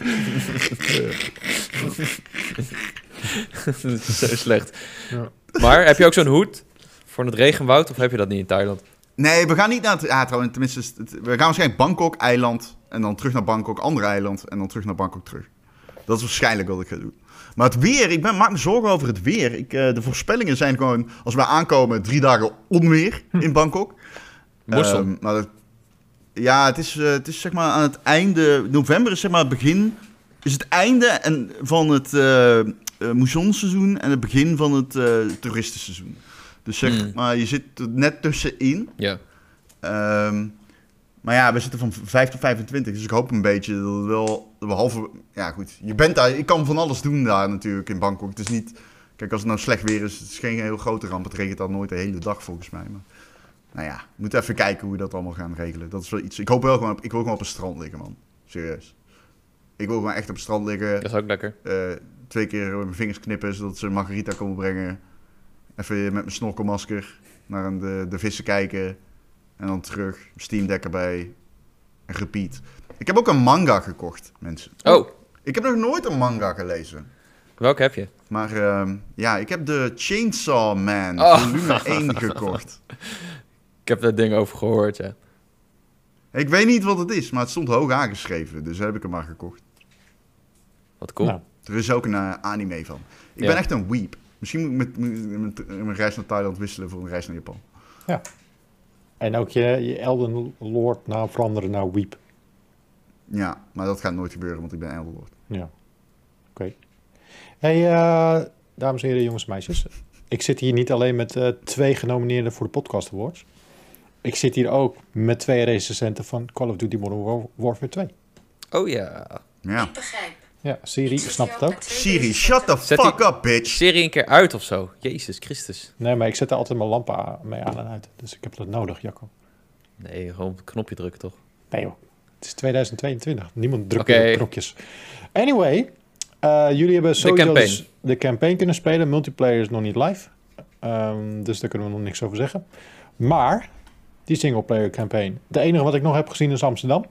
C: Dat is zo slecht.
B: Ja.
C: Maar heb je ook zo'n hoed voor het regenwoud? Of heb je dat niet in Thailand?
A: Nee, we gaan niet naar het... Ja, trouwens, tenminste, het- we gaan waarschijnlijk Bangkok, eiland. En dan terug naar Bangkok, ander eiland. En dan terug naar Bangkok terug. Dat is waarschijnlijk wat ik ga doen. Maar het weer, ik ben, maak me zorgen over het weer. Ik, eh, de voorspellingen zijn gewoon, als wij aankomen, drie dagen onweer in Bangkok.
C: Mossel.
A: Ehm, maar dat- ja, het is, eh, het is zeg maar aan het einde... November is zeg maar het begin... Is het einde en van het eh uh, moessonseizoen en het begin van het eh toeristenseizoen. Dus zeg
C: Hmm.
A: maar, je zit er net tussenin.
C: Ja.
A: Ehm, maar ja, we zitten van vijf tot vijfentwintig, dus ik hoop een beetje dat het wel dat we halve... Ja goed, je bent daar, ik kan van alles doen daar natuurlijk in Bangkok. Het is niet... Kijk, als het nou slecht weer is, het is geen heel grote ramp. Het regent dan nooit de hele dag volgens mij. Maar nou ja, we moeten even kijken hoe we dat allemaal gaan regelen. Dat is wel iets... Ik hoop wel gewoon op, ik wil gewoon op een strand liggen, man. Serieus. Ik wil gewoon echt op het strand liggen.
C: Dat is ook lekker.
A: eh, twee keer met mijn vingers knippen, zodat ze een margarita komen brengen. Even met mijn snorkelmasker naar een, de, de vissen kijken. En dan terug, Steam Deck erbij. En repeat. Ik heb ook een manga gekocht, mensen.
C: Oh,
A: Ik heb nog nooit een manga gelezen.
C: welke heb je?
A: Maar ehm, ja, ik heb de Chainsaw Man
C: Oh.
A: volume één gekocht.
C: Ik heb daar ding over gehoord, ja.
A: Ik weet niet wat het is, maar het stond hoog aangeschreven. Dus heb ik hem maar gekocht.
C: Wat cool.
B: Nou,
A: Er is ook een eh, anime van. Ik
C: Ja.
A: ben echt een weep. Misschien moet ik met, met, met mijn reis naar Thailand wisselen voor een reis naar Japan.
B: en ook je, je Elden Lord naam veranderen naar Weep.
A: Ja, maar dat gaat nooit gebeuren, want ik ben Elderlord.
B: Ja, oké. Hey, eh, dames en heren, jongens en meisjes. Ik zit hier niet alleen met eh, twee genomineerden voor de Podcast Awards. Ik zit hier ook met twee recensenten van Call of Duty Modern War- Warfare twee.
C: Oh ja.
A: Ja.
D: Ik begrijp.
B: Ja, Siri snapt het ook.
A: Siri, shut the
C: Zet
A: fuck
C: die-
A: up, bitch.
C: Serie een keer uit of zo. Jezus Christus.
B: Nee, maar ik zet er altijd mijn lampen a- mee aan en uit. Dus ik heb dat nodig, Jacco.
C: Nee, gewoon op het knopje drukken, toch?
B: Nee joh, het is tweeduizend tweeëntwintig. Niemand drukt
C: Oké.
B: meer op knopjes. Anyway, eh, jullie hebben sowieso
C: campaign.
B: dus de campaign kunnen spelen. Multiplayer is nog niet live. Ehm, dus daar kunnen we nog niks over zeggen. Maar, die singleplayer campaign. De enige wat ik nog heb gezien is Amsterdam.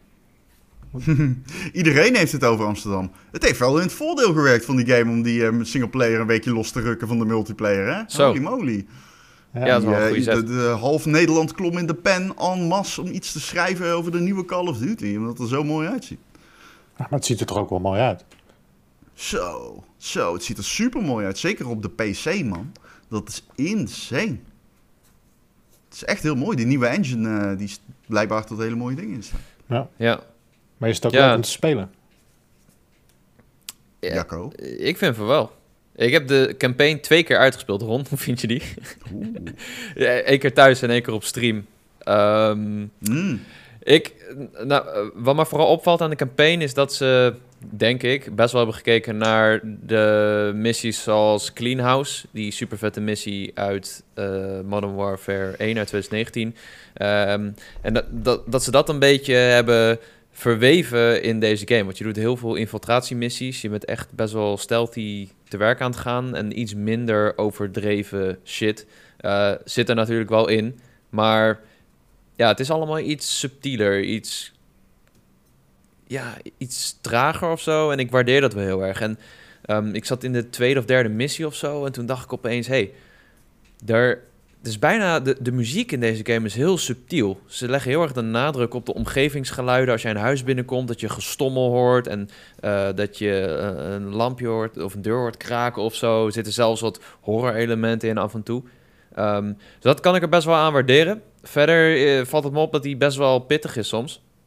A: Iedereen heeft het over Amsterdam. Het heeft wel in het voordeel gewerkt van die game om die eh, singleplayer een beetje los te rukken van de multiplayer, hè?
C: Zo.
A: Holy moly.
C: Ja, dat is wel een
A: Die,
C: goede
A: eh,
C: zet.
A: de, de half Nederland klom in de pen en masse om iets te schrijven over de nieuwe Call of Duty. Omdat het er zo mooi uitziet.
B: Maar het ziet er toch ook wel mooi uit.
A: Zo, zo. Het ziet er super mooi uit. Zeker op de P C, man. Dat is insane. Het is echt heel mooi. Die nieuwe engine, eh, die is blijkbaar tot hele mooie dingen in staat.
B: Ja.
C: Ja.
B: Maar is het ook
C: Ja.
B: leuk om te spelen?
C: Ja,
A: Jacco.
C: ik vind van wel. Ik heb de campaign twee keer uitgespeeld. Ron, hoe vind je die?
A: Oeh.
C: Ja, Eén keer thuis en één keer op stream. Ehm,
A: Mm.
C: ik, nou, eh, wat me vooral opvalt aan de campaign is dat ze, denk ik, best wel hebben gekeken naar de missies zoals Clean House. Die super vette missie uit eh, Modern Warfare één uit twintig negentien. Ehm, en dat, dat, dat ze dat een beetje hebben verweven in deze game. Want je doet heel veel infiltratiemissies. Je bent echt best wel stealthy te werk aan het gaan. En iets minder overdreven shit uh, zit er natuurlijk wel in. Maar ja, het is allemaal iets subtieler. Iets, ja, iets trager of zo. En ik waardeer dat wel heel erg. En um, ik zat in de tweede of derde missie of zo. En toen dacht ik opeens, hé, hey, daar... Het is bijna, de, de muziek in deze game is heel subtiel. Ze leggen heel erg de nadruk op de omgevingsgeluiden. Als je een huis binnenkomt, dat je gestommel hoort en uh, dat je uh, een lampje hoort of een deur hoort kraken of zo. Er zitten zelfs wat horror-elementen in af en toe. Um, dus dat kan ik er best wel aan waarderen. Verder uh, valt het me op dat hij best wel pittig is soms.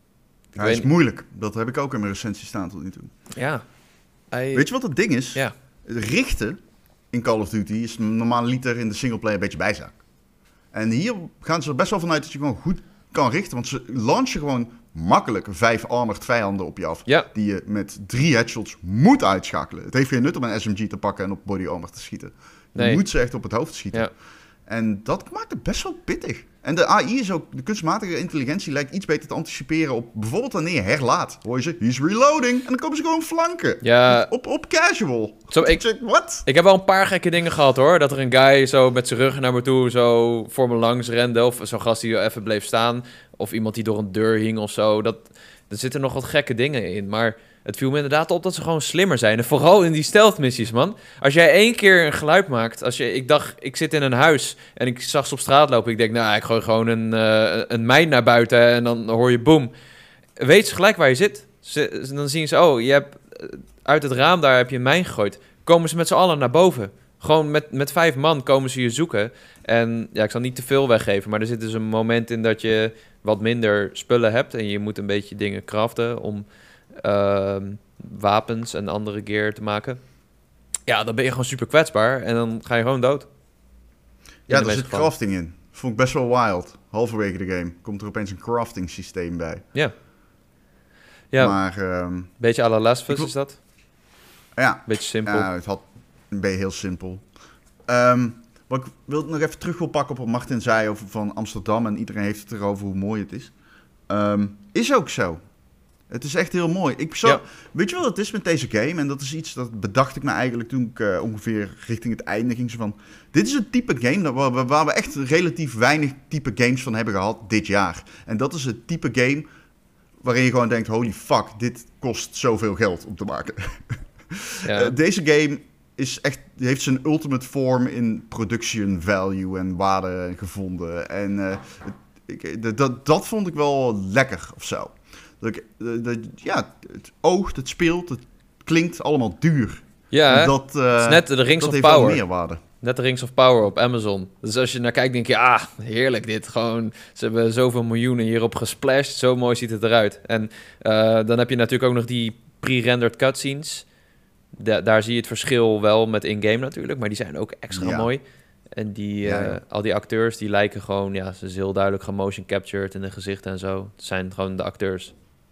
A: Ja, dat is moeilijk. Dat heb ik ook in mijn recensie staan tot nu toe.
C: Ja. I...
A: Weet je wat het ding is?
C: Ja.
A: Richten in Call of Duty is normaal liter in de singleplayer een beetje bijzaak. En hier gaan ze er best wel vanuit dat je gewoon goed kan richten. Want ze launchen gewoon makkelijk vijf armored vijanden op je af.
C: Ja.
A: Die je met drie headshots moet uitschakelen. Het heeft geen nut om een S M G te pakken en op body armor te schieten. Je
C: Nee.
A: moet ze echt op het hoofd schieten.
C: Ja.
A: En dat maakt het best wel pittig. En de A I is ook, de kunstmatige intelligentie lijkt iets beter te anticiperen op bijvoorbeeld wanneer je herlaat. Hoor je ze, he's reloading. En dan komen ze gewoon flanken.
C: Ja.
A: Op, op casual.
C: Zo, ik,
A: zeg, wat?
C: ik heb wel een paar gekke dingen gehad hoor. Dat er een guy zo met zijn rug naar me toe zo voor me langs rende. Of zo'n gast die even bleef staan. Of iemand die door een deur hing of zo. Dat, er zitten nog wat gekke dingen in. Maar het viel me inderdaad op dat ze gewoon slimmer zijn. En vooral in die stealth missies, man. Als jij één keer een geluid maakt. Als je, ik dacht, ik zit in een huis en ik zag ze op straat lopen. Ik denk, nou, ik gooi gewoon een, uh, een mijn naar buiten en dan hoor je boom. Weet ze gelijk waar je zit. Ze, dan zien ze, oh, je hebt uit het raam daar heb je een mijn gegooid. Komen ze met z'n allen naar boven. Gewoon met, met vijf man komen ze je zoeken. En ja, ik zal niet te veel weggeven, maar er zit dus een moment in dat je wat minder spullen hebt. En je moet een beetje dingen craften om uh, wapens en andere gear te maken. Ja, dan ben je gewoon super kwetsbaar en dan ga je gewoon dood.
A: Ja, er zit crafting in. Vond ik best wel wild. Halverwege de game komt er opeens een crafting systeem bij.
C: Ja. Ja,
A: maar, um,
C: beetje à la Last of Us
A: wil...
C: is dat?
A: Ja.
C: Beetje simpel.
A: Ja, het had een beetje heel simpel. Um, wat ik wil nog even terug wil pakken op wat Martin zei over van Amsterdam. En iedereen heeft het erover hoe mooi het is. Um, is ook zo. Het is echt heel mooi. Ik zo, ja. Weet je wat het is met deze game? En dat is iets dat bedacht ik me eigenlijk toen ik uh, ongeveer richting het einde ging. Zo van, dit is een type game waar we, waar we echt relatief weinig type games van hebben gehad dit jaar. En dat is het type game waarin je gewoon denkt, holy fuck, dit kost zoveel geld om te maken. Ja. Uh, deze game is echt, heeft zijn ultimate vorm in production value en waarde gevonden. En uh, ik, dat, dat vond ik wel lekker of zo. Dat ik, dat, ja, het oogt, het speelt, het klinkt allemaal duur.
C: Ja,
A: dat, uh,
C: het is net de Rings
A: dat
C: of
A: heeft
C: Power.
A: meerwaarde.
C: Net de Rings of Power op Amazon. Dus als je naar kijkt, denk je, ah, heerlijk dit. Gewoon, ze hebben zoveel miljoenen hierop gesplashed. Zo mooi ziet het eruit. En uh, dan heb je natuurlijk ook nog die pre-rendered cutscenes. Da- daar zie je het verschil wel met in-game natuurlijk. Maar die zijn ook extra ja. mooi. En die, uh, ja, ja. al die acteurs, die lijken gewoon... Ja, ze is heel duidelijk gemotion captured in de gezichten en zo. Het zijn gewoon de acteurs.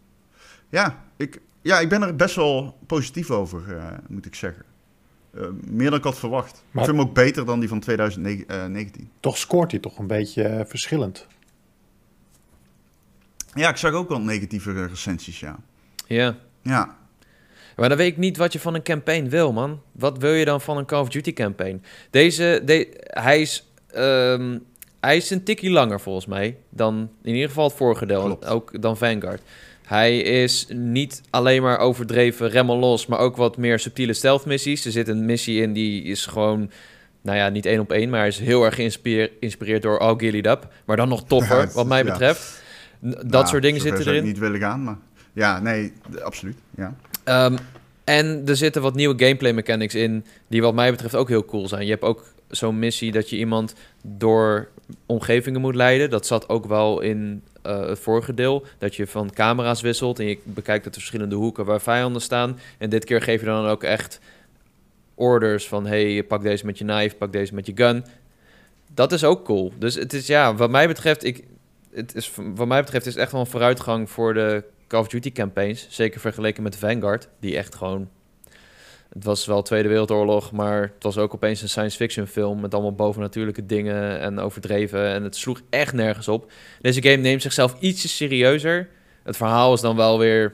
A: Ja, ik, ja, ik ben er best wel positief over, uh, moet ik zeggen. Uh, meer dan ik had verwacht. Maar ik vind hem ook beter dan die van twintig negentien.
B: Toch scoort hij toch een beetje uh, verschillend.
A: Ja, ik zag ook wel negatieve recensies, ja.
C: Ja.
A: Ja.
C: Maar dan weet ik niet wat je van een campaign wil, man. Wat wil je dan van een Call of Duty campaign? Deze, de, hij, is, um, hij is een tikkie langer volgens mij dan in ieder geval het vorige deel. Klopt. Ook dan Vanguard. Hij is niet alleen maar overdreven remmen los, maar ook wat meer subtiele stealth missies. Er zit een missie in die is gewoon, nou ja, niet één op één, maar hij is heel erg geïnspireerd door All Gillied Up. Maar dan nog toffer, ja, wat mij ja. betreft. Dat nou, soort dingen zitten erin.
A: Ik niet willen gaan, maar ja, nee, absoluut, ja.
C: Um, en er zitten wat nieuwe gameplay mechanics in, die wat mij betreft ook heel cool zijn. Je hebt ook zo'n missie dat je iemand door omgevingen moet leiden. Dat zat ook wel in uh, het vorige deel, dat je van camera's wisselt en je bekijkt uit de verschillende hoeken waar vijanden staan. En dit keer geef je dan ook echt orders van, hey, pak deze met je knife, pak deze met je gun. Dat is ook cool. Dus het is, ja, wat mij betreft, ik, het is, wat mij betreft is het echt wel een vooruitgang voor de Call of Duty campaigns. Zeker vergeleken met Vanguard, die echt gewoon... Het was wel Tweede Wereldoorlog, maar het was ook opeens een science fiction film met allemaal bovennatuurlijke dingen en overdreven. En het sloeg echt nergens op. Deze game neemt zichzelf ietsje serieuzer. Het verhaal is dan wel weer...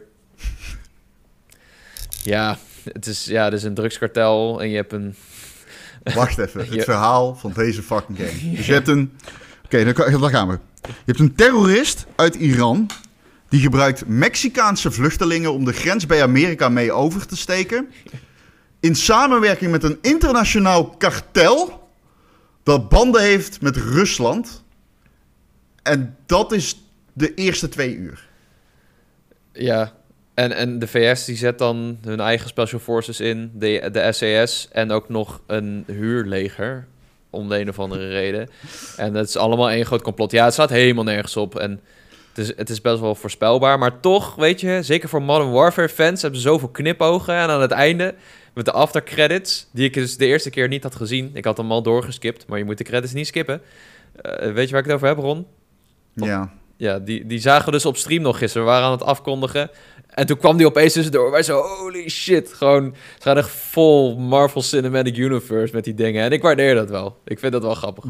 C: Ja, het is, ja, het is een drugskartel en je hebt een...
A: Wacht even, het je... verhaal van deze fucking game. Dus je hebt een... Oké, okay, dan, dan gaan we. Je hebt een terrorist uit Iran... Die gebruikt Mexicaanse vluchtelingen om de grens bij Amerika mee over te steken. In samenwerking met een internationaal kartel dat banden heeft met Rusland. En dat is de eerste twee uur.
C: Ja, en, en de V S die zet dan hun eigen special forces in, de, de S A S en ook nog een huurleger, om de een of andere reden. En dat is allemaal één groot complot. Ja, het staat helemaal nergens op en... Het is, het is best wel voorspelbaar, maar toch, weet je, zeker voor Modern Warfare fans hebben ze zoveel knipogen. En aan het einde, met de aftercredits, die ik dus de eerste keer niet had gezien. Ik had hem al doorgeskipt, maar je moet de credits niet skippen. Uh, weet je waar ik het over heb, Ron?
A: Ja.
C: Ja, die, die zagen we dus op stream nog gisteren. We waren aan het afkondigen. En toen kwam die opeens tussendoor. Wij zo, holy shit. Gewoon, ze gaan echt vol Marvel Cinematic Universe met die dingen. En ik waardeer dat wel. Ik vind dat wel grappig.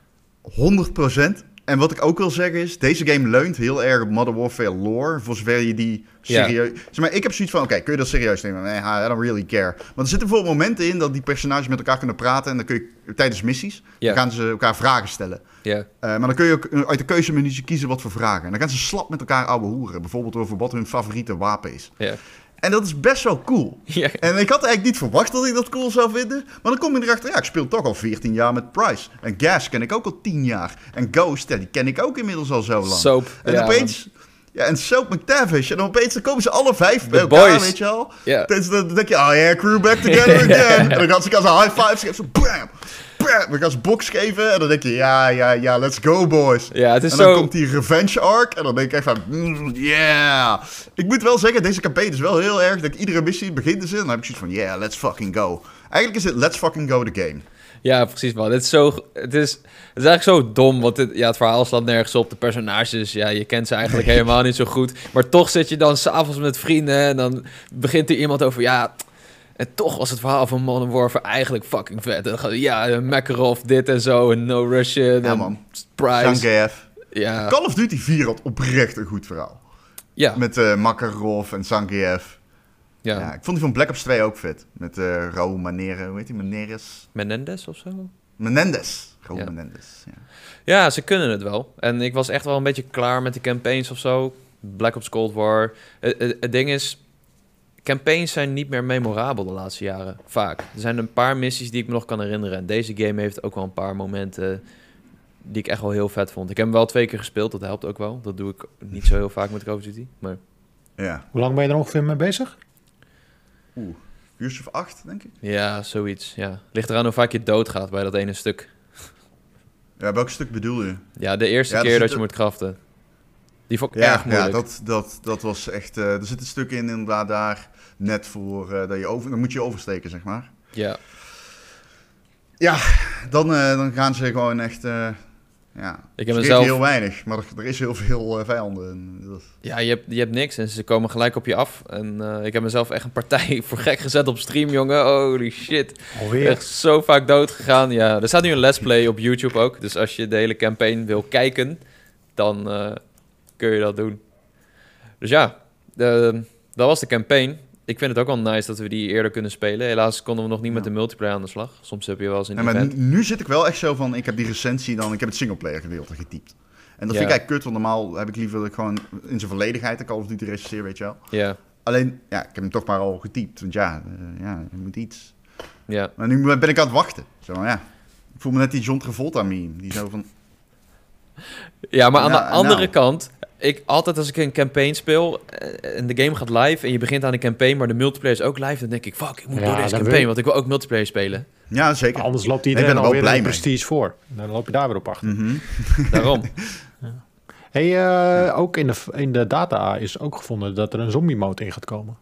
A: honderd procent. En wat ik ook wil zeggen is, deze game leunt heel erg op Modern Warfare lore, voor zover je die serieus... Ja. Zeg maar, ik heb zoiets van, oké, okay, kun je dat serieus nemen? Nee, I don't really care. Want er zitten bijvoorbeeld momenten in dat die personages met elkaar kunnen praten en dan kun je tijdens missies,
C: ja.
A: dan gaan ze elkaar vragen stellen.
C: Ja.
A: Uh, maar dan kun je ook uit de keuzemenu kiezen wat voor vragen. En dan gaan ze slap met elkaar ouwe hoeren, bijvoorbeeld over wat hun favoriete wapen is.
C: Ja.
A: En dat is best wel cool.
C: Ja.
A: En ik had eigenlijk niet verwacht dat ik dat cool zou vinden. Maar dan kom je erachter, ja, ik speel toch al veertien jaar met Price. En Gas ken ik ook al tien jaar. En Ghost, ja, die ken ik ook inmiddels al zo lang.
C: Soap.
A: En
C: ja,
A: opeens... Man. Ja, en Soap McTavish. En dan opeens dan komen ze alle vijf bij
C: The
A: elkaar,
C: boys.
A: weet je wel.
C: Yeah.
A: Dus dan denk je, oh yeah, crew back together again. En dan gaan ze als een high five geven, zo bam, bam. Dan gaan ze box geven en dan denk je, ja, ja, ja, let's go boys.
C: Ja, het is
A: en dan
C: zo...
A: komt die revenge arc en dan denk ik echt van, mm, yeah. Ik moet wel zeggen, deze campagne is wel heel erg, dat ik iedere missie begint is in, dan heb ik zoiets van, yeah, let's fucking go. Eigenlijk is het let's fucking go the game.
C: Ja, precies man. Het is, zo, het is, het is eigenlijk zo dom, want het, ja, het verhaal slaat nergens op. De personages, ja, je kent ze eigenlijk helemaal niet zo goed. Maar toch zit je dan s'avonds met vrienden en dan begint er iemand over, ja... En toch was het verhaal van Modern Warfare eigenlijk fucking vet. En dan, ja, Makarov dit en zo, en No Russian,
A: ja,
C: en
A: man.
C: Price.
A: Zangief.
C: Ja.
A: Call of Duty vier had oprecht een goed verhaal.
C: Ja.
A: Met uh, Makarov en Zangief.
C: Ja.
A: ja. Ik vond die van Black Ops twee ook vet. Met uh, Raúl Manere, hoe heet die? Menendez?
C: Menendez of zo?
A: Menendez. Raúl
C: ja.
A: Menendez, ja.
C: Ja, ze kunnen het wel. En ik was echt wel een beetje klaar met de campaigns of zo. Black Ops Cold War. Het, het, het ding is... Campaigns zijn niet meer memorabel de laatste jaren. Vaak. Er zijn een paar missies die ik me nog kan herinneren. En deze game heeft ook wel een paar momenten die ik echt wel heel vet vond. Ik heb hem wel twee keer gespeeld, dat helpt ook wel. Dat doe ik niet zo heel vaak met Call of Duty. Maar...
A: Ja.
B: Hoe lang ben je er ongeveer mee bezig?
A: Oeh, uurtje of acht, denk ik.
C: Ja, zoiets. Ja. Ligt eraan hoe vaak je doodgaat bij dat ene stuk.
A: Ja, welk stuk bedoel je?
C: Ja, de eerste
A: ja,
C: keer dat
A: je
C: een... moet craften. Die vond ik
A: ja,
C: erg moeilijk.
A: Ja, dat, dat, dat was echt... Uh, er zit een stuk in inderdaad daar net voor uh, dat je over... Dan moet je oversteken, zeg maar.
C: Ja.
A: Ja, dan, uh, dan gaan ze gewoon echt... Uh, ja,
C: ik heb
A: ze
C: mezelf...
A: heel weinig, maar er, er is heel veel uh, vijanden. Dat...
C: Ja, je hebt, je hebt niks en ze komen gelijk op je af. En uh, ik heb mezelf echt een partij voor gek gezet op stream, jongen. Holy shit.
B: Alweer?
C: Echt zo vaak dood gegaan. Ja, er staat nu een let's play op YouTube ook. Dus als je de hele campaign wil kijken, dan uh, kun je dat doen. Dus ja, uh, dat was de campaign. Ik vind het ook wel nice dat we die eerder kunnen spelen. Helaas konden we nog niet
A: ja.
C: met de multiplayer aan de slag. Soms heb je wel eens een
A: ja, maar
C: event.
A: nu, nu zit ik wel echt zo van... Ik heb die recensie dan... Ik heb het singleplayer gedeelte getypt. En dat
C: ja.
A: vind ik eigenlijk kut, want normaal heb ik liever dat ik gewoon in zijn volledigheid de Call of Duty recenseer, weet je wel.
C: Ja.
A: Alleen, ja, ik heb hem toch maar al getypt. Want ja, uh, ja, je moet iets.
C: Ja.
A: Maar nu ben ik aan het wachten. Zo, ja. Ik voel me net die John Travolta meme. Die zo van...
C: Ja, maar aan
A: nou,
C: de andere
A: nou.
C: kant... Ik, altijd als ik een campaign speel en de game gaat live en je begint aan een campaign, maar de multiplayer is ook live, dan denk ik, fuck, ik moet
B: Ja,
C: door deze
B: dan
C: campaign,
B: wil-
C: want ik wil ook multiplayer spelen.
A: Ja, zeker.
B: Anders loopt
A: Ik ben
B: iedereen
A: er wel
B: alweer
A: blij
B: in
A: mee.
B: Prestige voor. Dan loop je daar weer op achter.
A: Mhm.
C: Daarom.
B: Hey, uh, ook in de, in de data is ook gevonden dat er een zombie mode in gaat komen.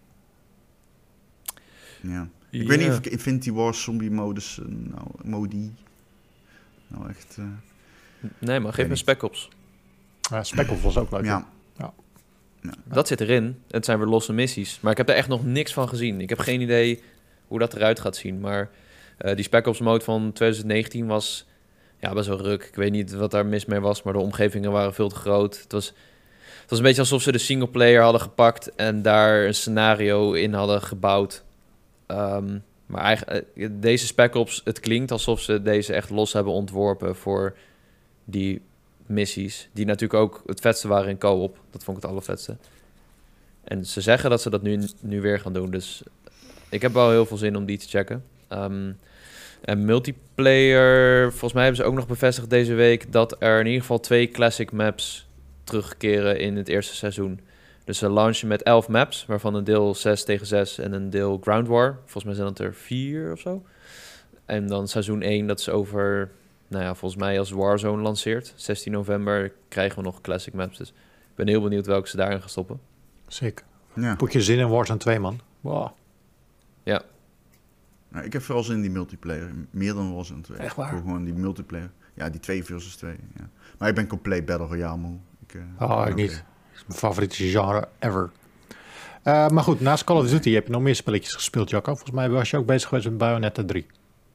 A: Ja. Ik
C: Ja.
A: weet niet of ik Infinity War zombie modus, uh, nou, modi, nou echt... Uh,
C: Nee, maar geef
A: Weet
C: me
A: niet.
C: Spec Ops.
B: Uh, Spec Ops was ook leuk.
A: ja.
C: Dat zit erin. Het zijn weer losse missies. Maar ik heb er echt nog niks van gezien. Ik heb geen idee hoe dat eruit gaat zien. Maar uh, die Spec Ops mode van twintig negentien was ja, best wel ruk. Ik weet niet wat daar mis mee was, maar de omgevingen waren veel te groot. Het was, het was een beetje alsof ze de singleplayer hadden gepakt en daar een scenario in hadden gebouwd. Um, maar eigenlijk, uh, deze Spec Ops, het klinkt alsof ze deze echt los hebben ontworpen voor die missies, die natuurlijk ook het vetste waren in co-op. Dat vond ik het allervetste. En ze zeggen dat ze dat nu, nu weer gaan doen, dus ik heb wel heel veel zin om die te checken. Um, en multiplayer, volgens mij hebben ze ook nog bevestigd deze week dat er in ieder geval twee classic maps terugkeren in het eerste seizoen. Dus ze launchen met elf maps, waarvan een deel zes tegen zes en een deel Ground War. Volgens mij zijn het er vier of zo. En dan seizoen één, dat is over, nou ja, volgens mij als Warzone lanceert. zestien november krijgen we nog classic maps. Dus Ik ben heel benieuwd welke ze daarin gaan stoppen.
B: Zeker.
A: Ja.
B: Moet je zin in Warzone twee, man. Wow.
C: Ja.
A: Nou, ik heb vooral zin in die multiplayer. Meer dan Warzone twee.
B: Echt waar?
A: Ik wil gewoon die multiplayer. Ja, die twee versus twee. Ja. Maar ik ben compleet Battle Royale moe. Ik, uh,
B: Oh, ik
A: oké.
B: niet. Dat is mijn favoriete genre ever. Uh, maar goed, naast Call of Duty heb je nog meer spelletjes gespeeld, Jacco. Volgens mij was je ook bezig geweest met Bayonetta drie.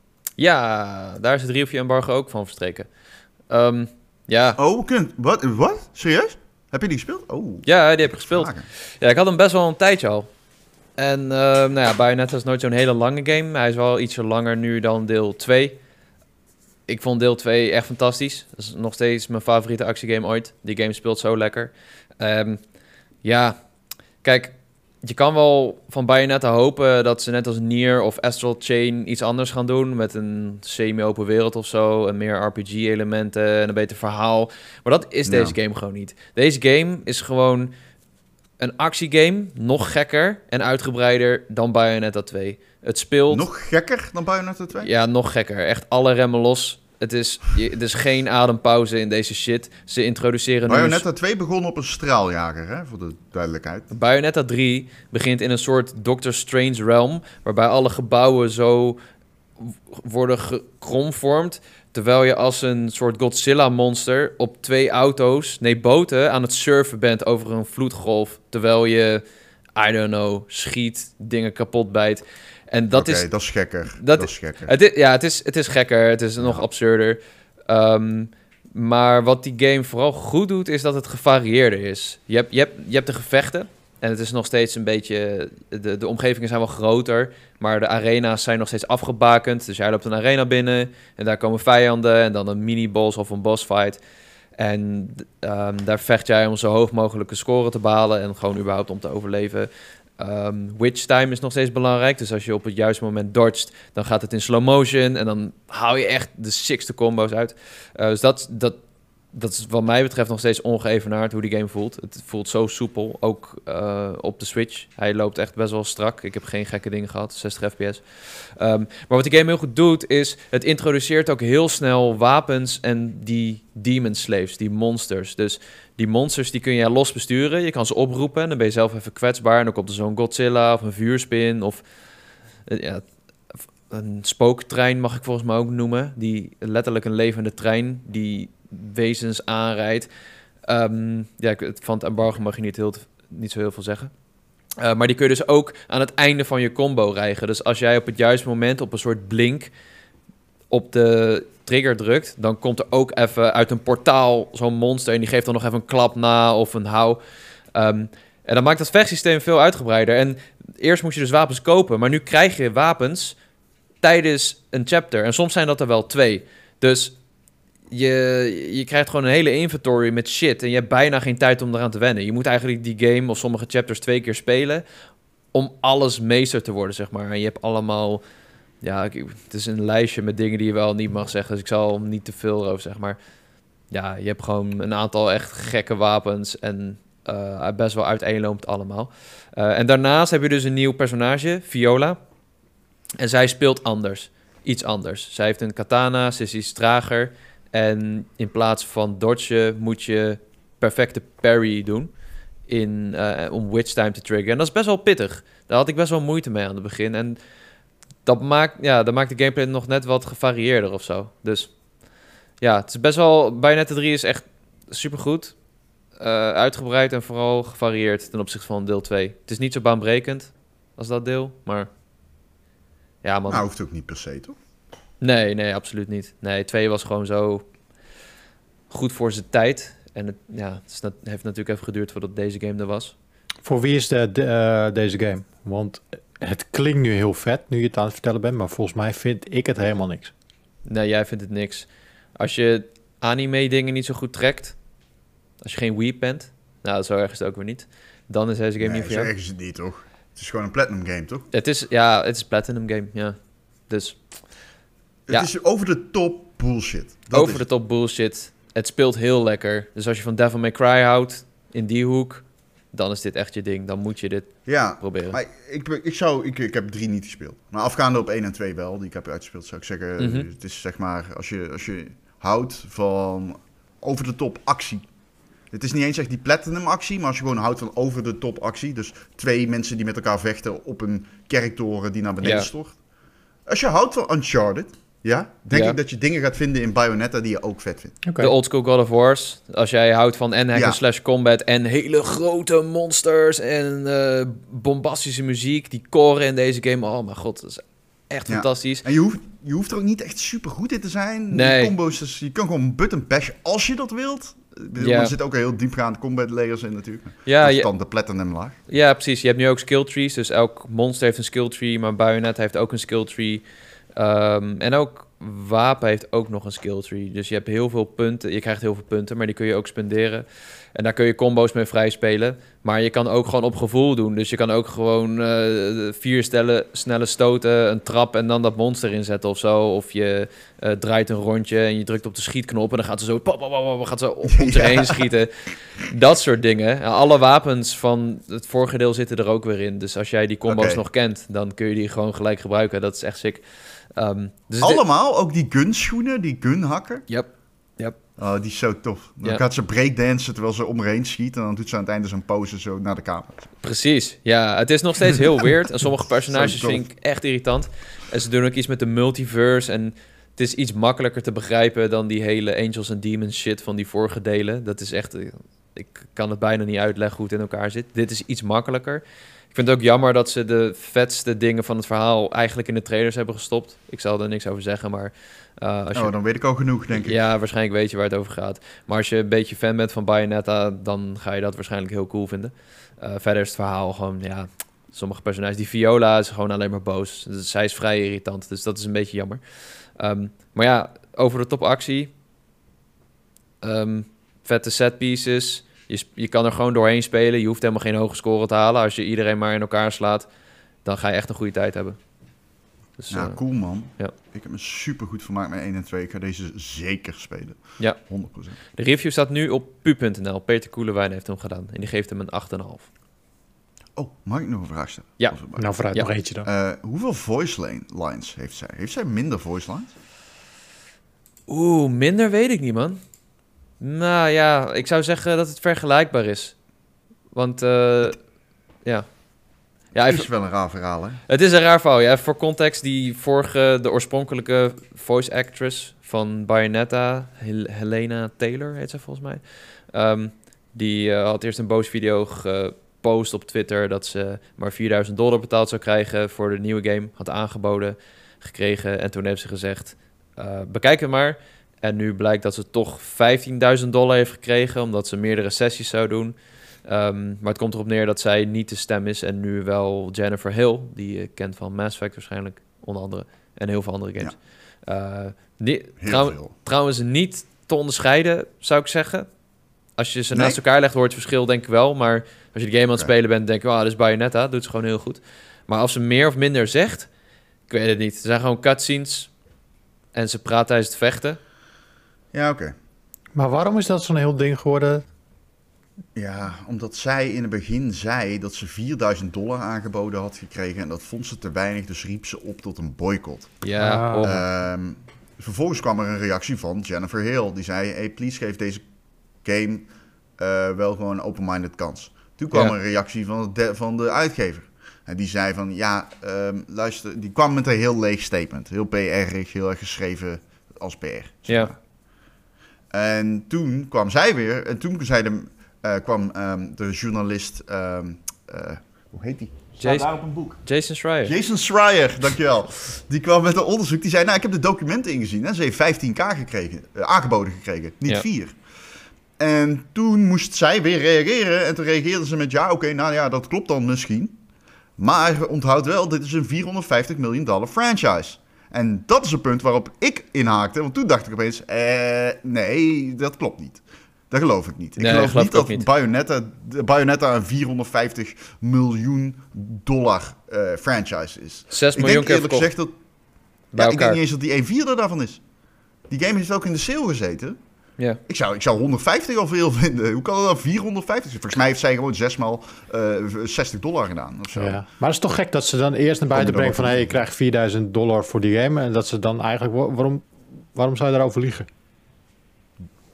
C: Ja, daar is het review-embargo ook van verstreken. Um, ja.
A: Oh, kunt. Wat? Wat? Serieus? Heb je die gespeeld? Oh.
C: Ja, die heb ik gespeeld.
A: Vragen.
C: Ja, ik had hem best wel een tijdje al. En uh, nou ja, Bayonetta is nooit zo'n hele lange game. Hij is wel ietsje langer nu dan deel twee. Ik vond deel twee echt fantastisch. Dat is nog steeds mijn favoriete actiegame ooit. Die game speelt zo lekker. Um, ja, kijk, je kan wel van Bayonetta hopen dat ze net als Nier of Astral Chain iets anders gaan doen. Met een semi-open wereld of zo. En meer R P G-elementen en een beter verhaal. Maar dat is deze
A: Ja.
C: game gewoon niet. Deze game is gewoon een actiegame. Nog gekker en uitgebreider dan Bayonetta twee. Het speelt...
A: Nog gekker dan Bayonetta twee?
C: Ja, nog gekker. Echt alle remmen los. Het is, je, er is geen adempauze in deze shit. Ze introduceren nu...
A: Bayonetta twee begon op een straaljager, hè, voor de duidelijkheid.
C: Bayonetta drie begint in een soort Doctor Strange realm, waarbij alle gebouwen zo w- worden gekromvormd, terwijl je als een soort Godzilla-monster op twee auto's, nee, boten, aan het surfen bent over een vloedgolf, terwijl je, I don't know, schiet, dingen kapot bijt. En dat
A: Oké,
C: is...
A: dat is gekker.
C: dat-
A: Dat, is gekker.
C: Het is, ja, het is, het is gekker. Het is nog absurder. Um, maar wat die game vooral goed doet, is dat het gevarieerder is. Je hebt, je hebt, je hebt de gevechten. En het is nog steeds een beetje... De, de omgevingen zijn wel groter. Maar de arena's zijn nog steeds afgebakend. Dus jij loopt een arena binnen. En daar komen vijanden. En dan een mini-boss of een bossfight. En um, daar vecht jij om zo hoog mogelijke score te behalen. En gewoon überhaupt om te overleven. Um, witch time is nog steeds belangrijk. Dus als je op het juiste moment dodgt, dan gaat het in slow motion. En dan haal je echt de sixte combo's uit. Uh, dus dat, dat, dat is wat mij betreft nog steeds ongeëvenaard hoe die game voelt. Het voelt zo soepel, ook uh, op de Switch. Hij loopt echt best wel strak. Ik heb geen gekke dingen gehad, zestig F P S. Um, maar wat die game heel goed doet, is het introduceert ook heel snel wapens en die demon slaves, die monsters. Dus die monsters die kun je los besturen. Je kan ze oproepen en dan ben je zelf even kwetsbaar. En dan komt er zo'n Godzilla of een vuurspin of uh, ja, een spooktrein mag ik volgens mij ook noemen. Die letterlijk een levende trein die wezens aanrijdt. Um, ja, ik, van het embargo mag je niet, heel, niet zo heel veel zeggen. Uh, maar die kun je dus ook aan het einde van je combo rijgen. Dus als jij op het juiste moment op een soort blink op de trigger drukt, dan komt er ook even uit een portaal zo'n monster en die geeft dan nog even een klap na of een hou. Um, en dan maakt het vechtsysteem veel uitgebreider. En eerst moest je dus wapens kopen, maar nu krijg je wapens tijdens een chapter. En soms zijn dat er wel twee. Dus je, je krijgt gewoon een hele inventory met shit en je hebt bijna geen tijd om eraan te wennen. Je moet eigenlijk die game of sommige chapters twee keer spelen om alles meester te worden, zeg maar. En je hebt allemaal... Ja, ik, het is een lijstje met dingen die je wel niet mag zeggen, dus ik zal niet te veel erover zeggen. Maar ja, je hebt gewoon een aantal echt gekke wapens en uh, best wel uiteenloopt allemaal. Uh, en daarnaast heb je dus een nieuw personage, Viola. En zij speelt anders, iets anders. Zij heeft een katana, ze is iets trager. En in plaats van dodgen moet je perfecte parry doen in, uh, om witch time te triggeren. En dat is best wel pittig. Daar had ik best wel moeite mee aan het begin. En dat maakt, ja, dat maakt de gameplay nog net wat gevarieerder of zo. Dus ja, het is best wel... Bayonetta drie is echt supergoed. Uh, uitgebreid en vooral gevarieerd ten opzichte van deel twee. Het is niet zo baanbrekend als dat deel, maar... Ja, man.
A: Nou, hoeft ook niet per se, toch?
C: Nee, nee, absoluut niet. Nee, twee was gewoon zo goed voor zijn tijd. En het, ja, het is, het heeft natuurlijk even geduurd voordat deze game er was.
B: Voor wie is de, de, uh, deze game? Want het klinkt nu heel vet, nu je het aan het vertellen bent, maar volgens mij vind ik het helemaal niks.
C: Nee, jij vindt het niks. Als je anime-dingen niet zo goed trekt, als je geen weep bent, nou, zo erg is het ook weer niet, dan is deze game
A: Nee,
C: niet voor
A: zo
C: jou.
A: erg is het niet, toch? Het is gewoon een platinum game, toch?
C: Het is, ja, het is Platinum game, ja. Dus
A: Het
C: Ja.
A: is over de top bullshit. Dat
C: over
A: is
C: de top bullshit. Het speelt heel lekker. Dus als je van Devil May Cry houdt, in die hoek, dan is dit echt je ding. Dan moet je dit
A: Ja,
C: proberen.
A: maar ik, ik, zou, ik, ik heb drie niet gespeeld. Maar afgaande op één en twee wel, die ik heb uitgespeeld, zou ik zeggen.
C: Mhm.
A: Het is zeg maar, als je, als je houdt van over de top actie, Het is niet eens echt die platinum actie, maar als je gewoon houdt van over de top actie. Dus twee mensen die met elkaar vechten op een kerktoren die naar beneden
C: Ja.
A: stort. Als je houdt van Uncharted, ja, denk
C: Ja.
A: ik dat je dingen gaat vinden in Bayonetta die je ook vet vindt.
B: Oké.
C: De oldschool God of Wars. Als jij houdt van en hack
A: Ja.
C: and slash combat en hele grote monsters en eh, bombastische muziek. Die koren in deze game. Oh mijn god, dat is echt
A: Ja.
C: fantastisch.
A: En je hoeft, je hoeft er ook niet echt super goed in te zijn.
C: Nee.
A: De combo's, dus je kan gewoon button bashen als je dat wilt. Ik bedoel,
C: Ja.
A: Er zitten ook heel diepgaande combat layers in natuurlijk.
C: Ja,
A: dat is
C: je,
A: dan de platinum laag.
C: ja, precies. Je hebt nu ook skill trees. Dus elk monster heeft een skill tree. Maar Bayonetta heeft ook een skill tree. Ehm, en ook wapen heeft ook nog een skill tree. Dus je hebt heel veel punten. Je krijgt heel veel punten, maar die kun je ook spenderen. En daar kun je combo's mee vrij spelen. Maar je kan ook gewoon op gevoel doen. Dus je kan ook gewoon eh, vier stellen, snelle stoten, een trap en dan dat monster inzetten of zo. Of je eh, draait een rondje en je drukt op de schietknop en dan gaat ze zo, pop, pop, pop, gaat ze om, om zich
A: Ja.
C: heen schieten. Dat soort dingen. En alle wapens van het vorige deel zitten er ook weer in. Dus als jij die combo's
A: Oké.
C: nog kent, dan kun je die gewoon gelijk gebruiken. Dat is echt sick. Ehm, dus dit-
A: Allemaal, ook die gunschoenen, die gunhakker.
C: Yep. Yep.
A: Oh, die is zo tof. Dan
C: Ja.
A: gaat ze breakdansen terwijl ze om haar heen schiet. En dan doet ze aan het einde zo'n pose zo naar de camera.
C: Precies, ja. Het is nog steeds heel weird. En sommige personages
A: Zo tof.
C: vind ik echt irritant. En ze doen ook iets met de multiverse. En het is iets makkelijker te begrijpen dan die hele Angels and Demons shit van die vorige delen. Dat is echt... Ik kan het bijna niet uitleggen hoe het in elkaar zit. Dit is iets makkelijker. Ik vind het ook jammer dat ze de vetste dingen van het verhaal eigenlijk in de trailers hebben gestopt. Ik zal er niks over zeggen, maar... Uh, als je...
A: Oh, dan weet ik al genoeg, denk ik.
C: Ja, waarschijnlijk weet je waar het over gaat. Maar als je een beetje fan bent van Bayonetta, dan ga je dat waarschijnlijk heel cool vinden. Uh, verder is het verhaal gewoon, ja, sommige personages. Die Viola is gewoon alleen maar boos. Dus zij is vrij irritant, dus dat is een beetje jammer. Um, maar ja, over de topactie. Um, vette set pieces. Je, je kan er gewoon doorheen spelen. Je hoeft helemaal geen hoge score te halen. Als je iedereen maar in elkaar slaat, dan ga je echt een goede tijd hebben. Dus,
A: Ja,
C: uh,
A: cool man.
C: ja.
A: Ik heb me super goed vermaakt met één en twee. Ik ga deze zeker spelen.
C: Ja.
A: honderd procent.
C: De review staat nu op pu punt n l. Peter Koelewijn heeft hem gedaan. En die geeft hem een acht komma vijf.
A: Oh, mag ik nog een vraag stellen?
C: Ja.
A: Als we bij-
B: Nou, vooruit
C: Ja.
B: nog eentje dan.
A: Eh, hoeveel voice lane- lines heeft zij? Heeft zij minder voice lines?
C: Oeh, minder weet ik niet, man. Nou ja, ik zou zeggen dat het vergelijkbaar is. Want, eh ja. Ja,
A: Het
C: even,
A: is wel een raar verhaal, hè?
C: het is een raar verhaal, ja. Voor context, die vorige, de oorspronkelijke voice actress van Bayonetta, Hel- Helena Taylor heet ze volgens mij. Ehm, die eh, had eerst een boos video gepost op Twitter dat ze maar vierduizend dollar betaald zou krijgen voor de nieuwe game. Had aangeboden, gekregen en toen heeft ze gezegd, uh, bekijk het maar. En nu blijkt dat ze toch vijftienduizend dollar heeft gekregen, omdat ze meerdere sessies zou doen. Um, maar het komt erop neer dat zij niet de stem is en nu wel Jennifer Hill, die je kent van Mass Effect waarschijnlijk, onder andere. En heel veel andere games. Ja. Uh, die,
A: Heel
C: trouw,
A: veel.
C: trouwens niet te onderscheiden, zou ik zeggen. Als je ze
A: Nee?
C: naast elkaar legt, hoort het verschil denk ik wel. Maar als je de game aan het
A: Oké.
C: spelen bent, denk je, ah, oh, dat is Bayonetta, doet ze gewoon heel goed. Maar als ze meer of minder zegt, ik weet het niet. Er zijn gewoon cutscenes en ze praat tijdens het vechten.
A: Ja, oké.
B: Maar waarom is dat zo'n heel ding geworden?
A: Ja, omdat zij in het begin zei dat ze vierduizend dollar aangeboden had gekregen. En dat vond ze te weinig, dus riep ze op tot een boycott.
C: Ja,
B: Ah.
C: om-
A: Ehm, vervolgens kwam er een reactie van Jennifer Hill. Die zei, hey, please geef deze game eh, wel gewoon een open-minded kans. Toen kwam
C: Ja.
A: er een reactie van de, van de uitgever. En die zei van, ja, ehm, luister, die kwam met een heel leeg statement. Heel P R-ig, heel erg geschreven als P R. zeg
C: Ja.
A: maar. En toen kwam zij weer, en toen zei de, eh, kwam ehm, de journalist, ehm, eh, hoe heet die? Staat
C: Jason-
A: daar op een boek.
C: Jason Schreier.
A: Jason Schreier, dankjewel. Die kwam met een onderzoek. Die zei, nou, ik heb de documenten ingezien. Hè. Ze heeft vijftien k gekregen, eh, aangeboden gekregen, niet
C: Ja.
A: vier. En toen moest zij weer reageren. En toen reageerde ze met, ja, oké, okay, nou ja, dat klopt dan misschien. Maar onthoud wel, dit is een vierhonderdvijftig miljoen dollar franchise. En dat is een punt waarop ik inhaakte. Want toen dacht ik opeens, eh, nee, dat klopt niet. Dat geloof ik niet. Ik
C: Nee,
A: geloof
C: geloof
A: niet
C: ik ook
A: dat
C: niet.
A: Bayonetta, de Bayonetta een vierhonderdvijftig miljoen dollar eh, franchise is.
C: zes
A: Ik
C: miljoen
A: denk
C: keer
A: eerlijk
C: verkocht
A: gezegd dat...
C: bij
A: Ja, ik denk
C: elkaar.
A: niet eens dat die een vierde daarvan is. Die game heeft ook in de sale gezeten.
C: Ja.
A: Ik zou, ik zou honderdvijftig al veel vinden. Hoe kan dat dan vierhonderdvijftig? Volgens mij heeft zij gewoon zesmaal uh, zestig dollar gedaan. Of zo.
B: Ja. Maar het is toch gek dat ze dan eerst naar buiten
A: Kom je
B: brengen van...
A: dan
B: hé,
A: nog
B: hey, je krijgt vierduizend dollar voor die game. En dat ze dan eigenlijk... wa- Waarom, waarom zou je daarover liegen?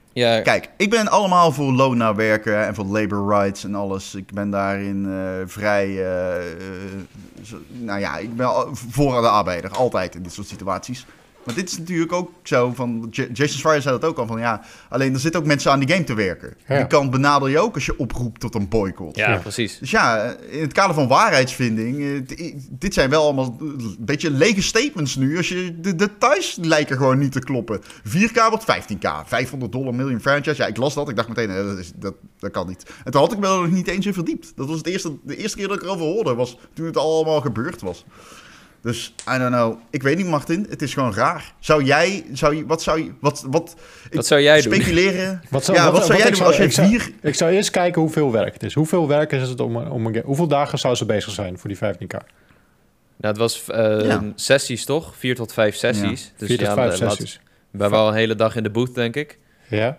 C: Ja,
A: Kijk, ik ben allemaal voor loon naar werken en voor labor rights en alles. Ik ben daarin uh, vrij... Uh, uh, zo, nou ja, ik ben al, voor de arbeider. Altijd in dit soort situaties. Maar dit is natuurlijk ook zo van... Jason Schreier zei dat ook al van ja... Alleen er zitten ook mensen aan die game te werken.
B: Ja.
A: Die kant benader je ook als je oproept tot een boycott.
C: ja,
B: Ja.
C: precies.
A: Dus ja, in het kader van waarheidsvinding... Uh, dit zijn wel allemaal een beetje lege statements nu. Als je, de details lijken gewoon niet te kloppen. vier K wordt vijftien K. vijfhonderd dollar miljoen franchise. Ja, ik las dat. Ik dacht meteen, uh, dat, is, dat, dat kan niet. En toen had ik me er nog niet eens in verdiept. Dat was het eerste, de eerste keer dat ik erover hoorde. Was toen het allemaal gebeurd was. Dus, I don't know. Ik weet niet, Martin. Het is gewoon raar. Zou jij... Zou je, wat zou je... Wat, wat, ik,
C: Wat zou jij doen?
B: Wat
A: Speculeren.
B: zou,
A: Zou, ja, wat, wat zou
B: wat
A: jij
B: ik
A: doen als je
B: ik zou,
A: vier...
B: Ik zou eerst kijken hoeveel werk het is. Hoeveel werk is het om, om een game? Hoeveel dagen zou ze bezig zijn voor die vijftien K?
C: Nou, het was uh,
A: Ja.
C: sessies, toch? Vier tot vijf sessies.
A: Ja.
C: Dus
B: Vier tot
C: ja,
B: vijf
C: laat-
B: sessies.
C: we hebben wel een hele dag in de booth, denk ik.
B: Ja.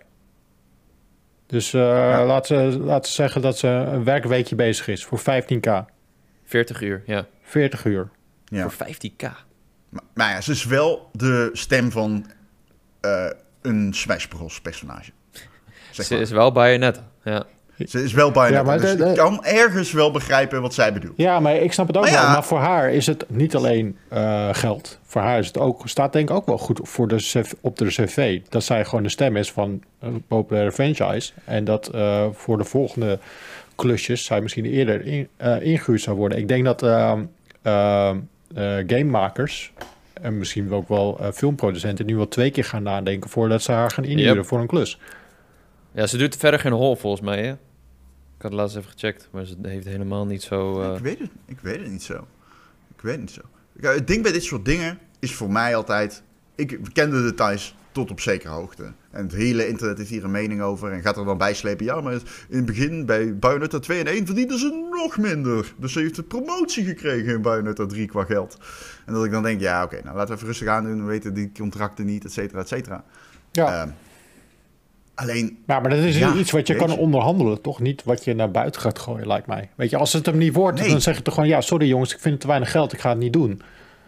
B: Dus uh, laten, ze, laten we zeggen dat ze een werkweekje bezig is voor vijftien K.
C: veertig uur, ja.
B: veertig uur.
A: Ja.
C: Voor vijftien K.
A: Maar, maar ja, ze is wel de stem van uh, een Smash Bros. Personage. Zeg
C: Ze
A: maar.
C: is wel Bayonetta, ja.
A: Ze is wel bijna.
B: Ja, maar
A: dus
B: de- de-
A: ik kan ergens wel begrijpen wat zij bedoelt.
B: Ja, maar ik snap het ook
A: Maar
B: wel.
A: ja.
B: Maar voor haar is het niet alleen uh, geld. Voor haar is het ook, staat denk ik ook wel goed voor de C V, op de cv. Dat zij gewoon de stem is van een populaire franchise. En dat uh, voor de volgende klusjes zij misschien eerder in, uh, ingehuurd zou worden. Ik denk dat uh, uh, uh, gamemakers en misschien ook wel uh, filmproducenten nu wel twee keer gaan nadenken voordat ze haar gaan inhuren
C: Yep.
B: voor een klus.
C: Ja, ze doet verder geen hol volgens mij, hè? Ik had het laatst even gecheckt, maar ze heeft helemaal niet zo... Uh...
A: Ik, weet het, ik weet het niet zo. Ik weet het niet zo. Kijk, het ding bij dit soort dingen is voor mij altijd... Ik ken de details tot op zekere hoogte. En het hele internet heeft hier een mening over en gaat er dan bijslepen. Ja, maar in het begin bij Bayonetta twee en één verdienden ze nog minder. Dus ze heeft de promotie gekregen in Bayonetta drie qua geld. En dat ik dan denk, ja oké, okay, nou laten we even rustig aan doen. We weten die contracten niet, et cetera, et cetera.
B: Ja.
A: Um, alleen...
B: Ja, maar dat is
A: Ja,
B: iets wat je
A: weet
B: kan
A: je.
B: onderhandelen, toch? Niet wat je naar buiten gaat gooien, lijkt mij. Weet je, als het hem niet wordt,
A: Nee.
B: dan zeg je toch gewoon... Ja, sorry jongens, ik vind het te weinig geld, ik ga het niet doen.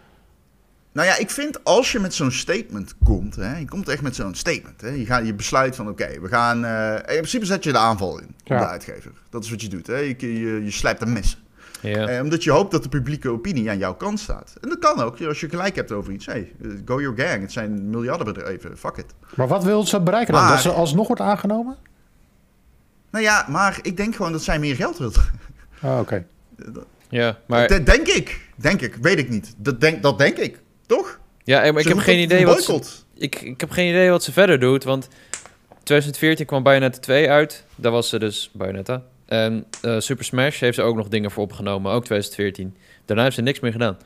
A: Nou ja, ik vind als je met zo'n statement komt, hè, je komt echt met zo'n statement. Hè, je, gaat, je besluit van oké, okay, we gaan... Uh, in principe zet je de aanval in,
B: Ja.
A: de uitgever. Dat is wat je doet. Hè. Je, je, je slijpt een mes.
C: Ja.
A: Eh, omdat je hoopt dat de publieke opinie aan jouw kant staat. En dat kan ook, als je gelijk hebt over iets. Hey, uh, go your gang, het zijn miljardenbedrijven, fuck it.
B: Maar wat wil ze bereiken dan?
A: Maar-
B: Dat ze alsnog wordt aangenomen?
A: Nou ja, maar ik denk gewoon dat zij meer geld wil.
B: Ah, oké.
C: ja, maar,
A: Dat denk ik, denk ik, weet ik niet. Dat denk, dat denk ik, toch?
C: ja, maar ik
A: Ze
C: heb
A: roept
C: geen
A: op
C: idee
A: een
C: wat ze,
A: boycott.
C: ik, ik heb geen idee wat ze verder doet, want twintig veertien kwam Bayonetta twee uit. Daar was ze dus Bayonetta. En uh, Super Smash heeft ze ook nog dingen voor opgenomen, ook twintig veertien. Daarna heeft ze niks meer gedaan.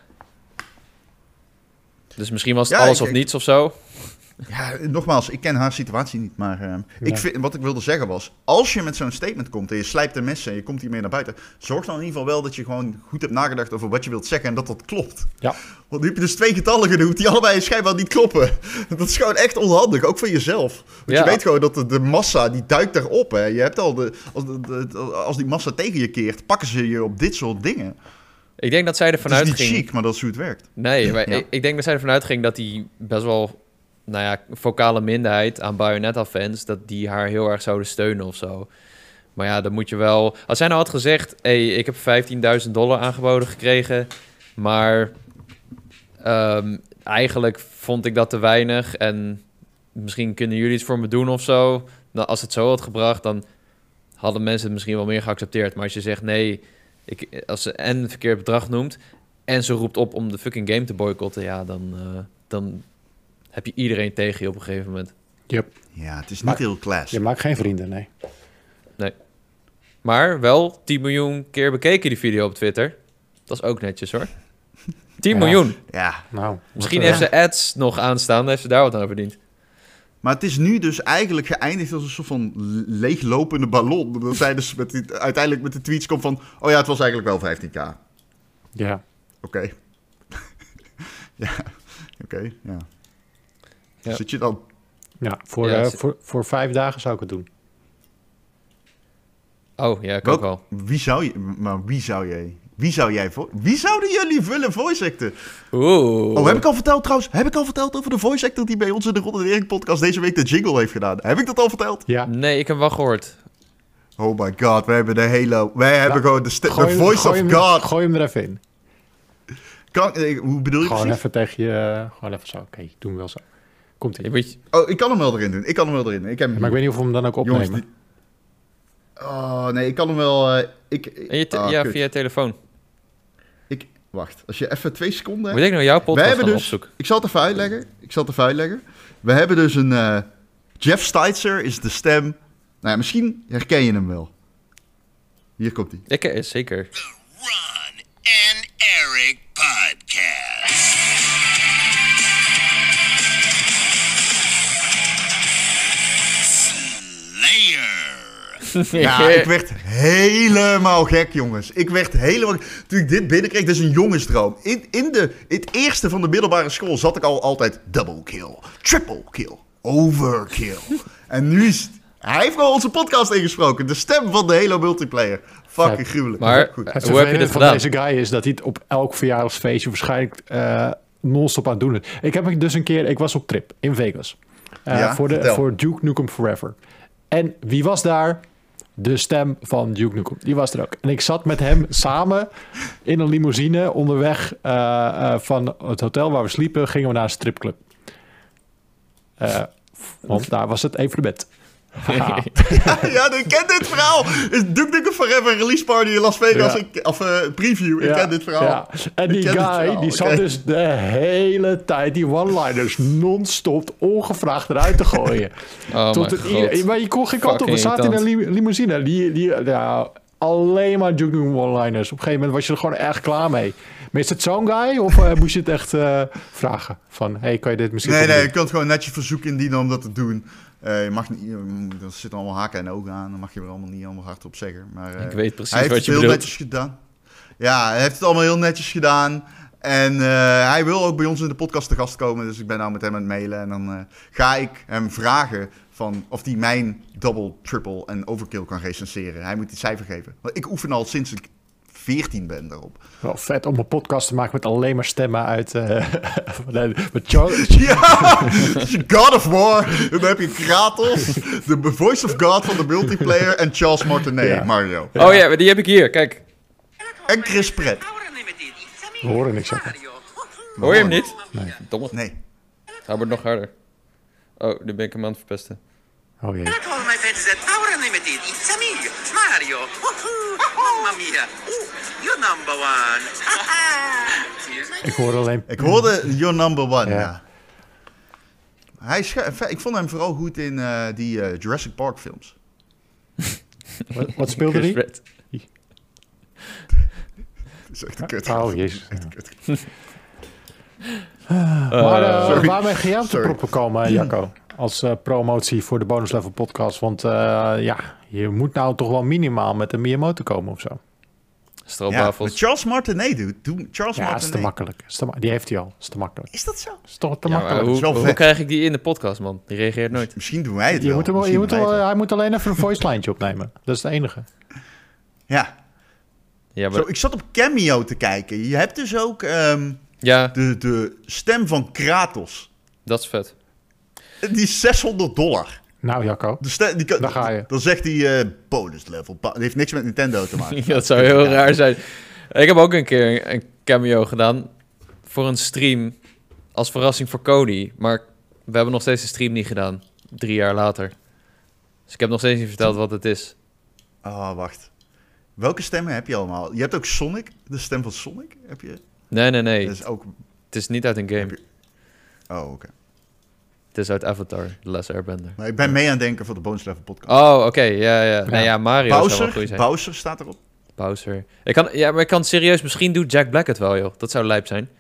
C: Dus misschien was het
A: Ja,
C: alles
A: ik-
C: of niets of zo.
A: Ja, nogmaals, ik ken haar situatie niet, maar uh, ik
B: Ja.
A: vind, wat ik wilde zeggen was, als je met zo'n statement komt en je slijpt de messen en je komt hiermee naar buiten, zorg dan in ieder geval wel dat je gewoon goed hebt nagedacht over wat je wilt zeggen en dat dat klopt.
B: Ja.
A: Want nu heb je dus twee getallen genoemd die allebei schijnbaar niet kloppen. Dat is gewoon echt onhandig, ook voor jezelf. Want
C: Ja.
A: je weet gewoon dat de, de massa, die duikt daarop. Hè. Je hebt al de, als, de, de- als die massa tegen je keert, pakken ze je op dit soort dingen.
C: Ik denk dat zij ervan
A: Het is niet
C: uitging...
A: chic, maar dat is hoe het werkt.
C: Nee, maar
A: Ja.
C: ik, ik denk dat zij ervan uitging dat die best wel, nou ja, vocale minderheid aan Bayonetta-fans, dat die haar heel erg zouden steunen of zo. Maar ja, dan moet je wel... Als zij nou had gezegd, hey, ik heb vijftienduizend dollar aangeboden gekregen, maar um, eigenlijk vond ik dat te weinig en misschien kunnen jullie iets voor me doen of zo. Nou, als het zo had gebracht, dan hadden mensen het misschien wel meer geaccepteerd. Maar als je zegt, nee, ik, als ze en een verkeerd bedrag noemt en ze roept op om de fucking game te boycotten, ja, dan, uh, dan heb je iedereen tegen je op een gegeven moment.
B: Yep.
A: Ja, het is niet
B: Maar-
A: heel class.
B: Je maakt geen vrienden, nee.
C: Maar wel tien miljoen keer bekeken die video op Twitter. Dat is ook netjes hoor. tien
B: Ja.
C: miljoen.
A: Ja,
B: Nou,
C: Misschien
B: wat,
C: heeft
B: uh,
C: ze ads nog aanstaan, heeft ze daar wat aan verdiend.
A: maar het is nu dus eigenlijk geëindigd als een soort van leeglopende ballon. Dat zij dus met die, uiteindelijk met de tweets komt van... Oh ja, het was eigenlijk wel vijftien k.
B: Ja.
A: Oké. ja, oké, ja.
C: Ja.
A: Zit je dan...
B: Ja, voor,
C: Ja,
B: uh,
C: ze-
B: voor, voor vijf dagen zou ik het doen.
C: Oh, ja, ik
A: Welk-
C: ook wel.
A: Wie zou je... Maar wie zou jij... Wie zou jij vo- Wie zouden jullie willen voice acten?
C: Oeh.
A: Oh, heb ik al verteld trouwens? Heb ik al verteld over de voice actor die bij ons in de Ron en Erik podcast deze week de jingle heeft gedaan? Heb ik dat al verteld?
B: Ja.
C: Nee, ik heb hem wel gehoord.
A: Oh my god, wij hebben de hele... Wij hebben
B: Nou,
A: gewoon de, st-
B: Gooi
A: de
B: hem-
A: voice
B: gooi
A: of
B: hem,
A: God.
B: Gooi hem er even in.
A: Kan, eh, hoe bedoel je
B: Gewoon
A: precies?
B: even tegen je... Gewoon even zo. Oké, okay, doen we wel zo. Komt
C: Je
B: ie.
C: moet je-
A: Oh, ik kan hem wel erin doen. Ik kan hem wel erin doen. Ik heb hem
B: Maar ik
A: hier.
B: weet niet of we hem dan ook opnemen.
A: Jongens, die- Oh, nee, ik kan hem wel... eh, ik,
C: en je te-
A: ah,
C: ja,
A: kut.
C: via telefoon.
A: Ik, wacht, als je even twee seconden
C: Moet
A: hebt.
C: ik nou jouw podcast
A: hebben
C: gaan
A: dus,
C: opzoeken?
A: ik zal het even uitleggen. Ik zal het even uitleggen. We hebben dus een... eh, Jeff Steitzer is de stem... Nou ja, misschien herken je hem wel. Hier komt hij.
C: Ik eh, zeker.
D: The Ron and Eric Podcast. Slayer.
A: Ja, ik werd helemaal gek, jongens. Ik werd helemaal... Toen ik dit binnenkreeg, dit is een jongensdroom. In, in, de, in het eerste van de middelbare school zat ik al altijd double kill, triple kill, overkill. En nu is... Hij heeft gewoon onze podcast ingesproken. De stem van de Halo multiplayer. Fucking
B: Vet.
A: gruwelijk.
C: Maar-
A: Goed.
B: Het
C: Hoe heb je
B: vervelende
C: dit
B: van
C: gedaan?
B: deze guy is dat hij het op elk verjaardagsfeestje waarschijnlijk eh non-stop aan het doen is. Ik heb me dus een keer... Ik was op trip in Vegas. Eh,
A: Ja,
B: voor, de,
A: vertel.
B: voor Duke Nukem Forever. En wie was daar? De stem van Duke Nukem. Die was er ook. En ik zat met hem samen in een limousine onderweg eh, eh, van het hotel waar we sliepen. Gingen we naar een stripclub. Eh, want daar was het evenement. Haha.
A: Ja, ik ken dit verhaal. Is Duke Nukem Forever release party in Las Vegas.
B: Ja.
A: Ik, of eh, preview. Ik
B: Ja,
A: ken dit verhaal.
B: ja. En die
A: Ik ken dit
B: guy,
A: verhaal,
B: die zat
A: oké.
B: dus de hele tijd die one-liners non-stop ongevraagd eruit te gooien.
C: Oh
B: Tot
C: mijn
B: het ieder-
C: god.
B: maar je kon geen kant op. We
C: Fucking
B: zaten in een
C: irritant.
B: li- limousine. Die, die, ja, alleen maar Duke Nukem one-liners. Op een gegeven moment was je er gewoon echt klaar mee. Maar is het zo'n guy? Of eh, moest je het echt eh, vragen? Van, hey, kan je dit misschien
A: Nee,
B: voor
A: nee,
B: me
A: je kunt gewoon netjes verzoek indienen om dat te doen. Eh, je mag niet, je moet- er zitten allemaal haken en ogen aan. Dan mag je er allemaal niet allemaal hard op zeggen. Maar, eh,
C: Ik weet precies
A: hij heeft
C: wat
A: het
C: je
A: heel
C: bedoelt.
A: netjes gedaan. Ja, hij heeft het allemaal heel netjes gedaan. En eh, hij wil ook bij ons in de podcast te gast komen. Dus ik ben nou met hem aan het mailen. En dan eh, ga ik hem vragen van of hij mijn double, triple en overkill kan recenseren. Hij moet die cijfer geven. Want ik oefen al sinds ik veertien ben daarop.
B: Wel vet om een podcast te maken met alleen maar stemmen uit... eh, met Charles.
A: Ja, God of War. Dan heb je Kratos, de Voice of God van de multiplayer en Charles Martinet,
B: Ja.
A: Mario.
C: Oh ja, maar die heb ik hier. Kijk.
A: En Chris Pratt.
B: We horen niks zeggen.
C: Hoor je hem niet?
B: Nee.
C: Domme.
A: Nee.
C: Hij wordt nog harder. Oh, nu ben ik hem aan het verpesten.
B: Oh jee.
D: All my friends at Tower Unlimited. It's a me, Mario. Mamma mia. Ooh, you're number one. Cheers.
B: Ik hoor alleen...
A: Ik hoorde Your Number One, ja.
B: Ja.
A: Hij is ge- ik vond hem vooral goed in eh, die eh, Jurassic Park films.
B: Wat, wat speelde
C: Chris
B: hij?
C: Pratt.
A: Dat is echt een kut.
B: Oh, jezus.
A: Echt een kut.
B: Maar eh,
A: sorry.
B: waarmee ga jij op de
A: Sorry.
B: proppen komen, Jacco? Als eh, promotie voor de Bonus Level podcast. Want eh, ja, je moet nou toch wel minimaal met een Miyamoto komen of zo.
A: Ja,
C: Stroopwafels.
A: maar Charles Martinet, dude. Doe Charles
B: Ja, dat is
A: Martinet.
B: te makkelijk. Is te ma- die heeft hij al. Dat is te makkelijk.
A: Is dat zo?
B: Dat is toch te
C: Ja, maar
B: makkelijk.
C: hoe,
A: is wel
C: hoe
A: vet.
C: krijg ik die in de podcast, man? Die reageert nooit.
A: Misschien doen wij het
B: Je
A: wel.
B: moet hem, wel- je
A: Misschien
B: moet
A: doen wij
B: wel-
A: het
B: hij moet alleen even een voice lijntje opnemen. Dat is het enige.
A: wel. Ja.
C: Ja, maar,
A: Zo, ik zat op Cameo te kijken. Je hebt dus ook ehm,
C: ja,
A: de, de stem van Kratos.
C: dat is vet.
A: Die is zeshonderd dollar.
B: Nou, Jacco.
A: De stem, die kan,
B: Daar ga je.
A: Dan zegt hij eh, bonus level. Pa- Dat heeft niks met Nintendo te maken.
C: Dat zou heel raar zijn. Ik heb ook een keer een cameo gedaan voor een stream als verrassing voor Cody. Maar we hebben nog steeds de stream niet gedaan. Drie jaar later. Dus ik heb nog steeds niet verteld wat het is.
A: Oh, wacht. Welke stemmen heb je allemaal? Je hebt ook Sonic. De stem van Sonic heb je.
C: Nee, nee, nee.
A: Dat is ook...
C: Het is niet uit een game.
A: Heb je- Oh, oké.
C: Het is uit Avatar, The Last Airbender.
A: Maar ik ben mee aan het denken voor de bonus level podcast.
C: Oh, oké. Ja, ja. Nee, ja, Mario zou wel goed
A: Bowser,
C: zijn.
A: Bowser staat erop.
C: Bowser. Ik kan, ja, maar ik kan serieus... Misschien doet Jack Black het wel, joh. Dat zou lijp zijn.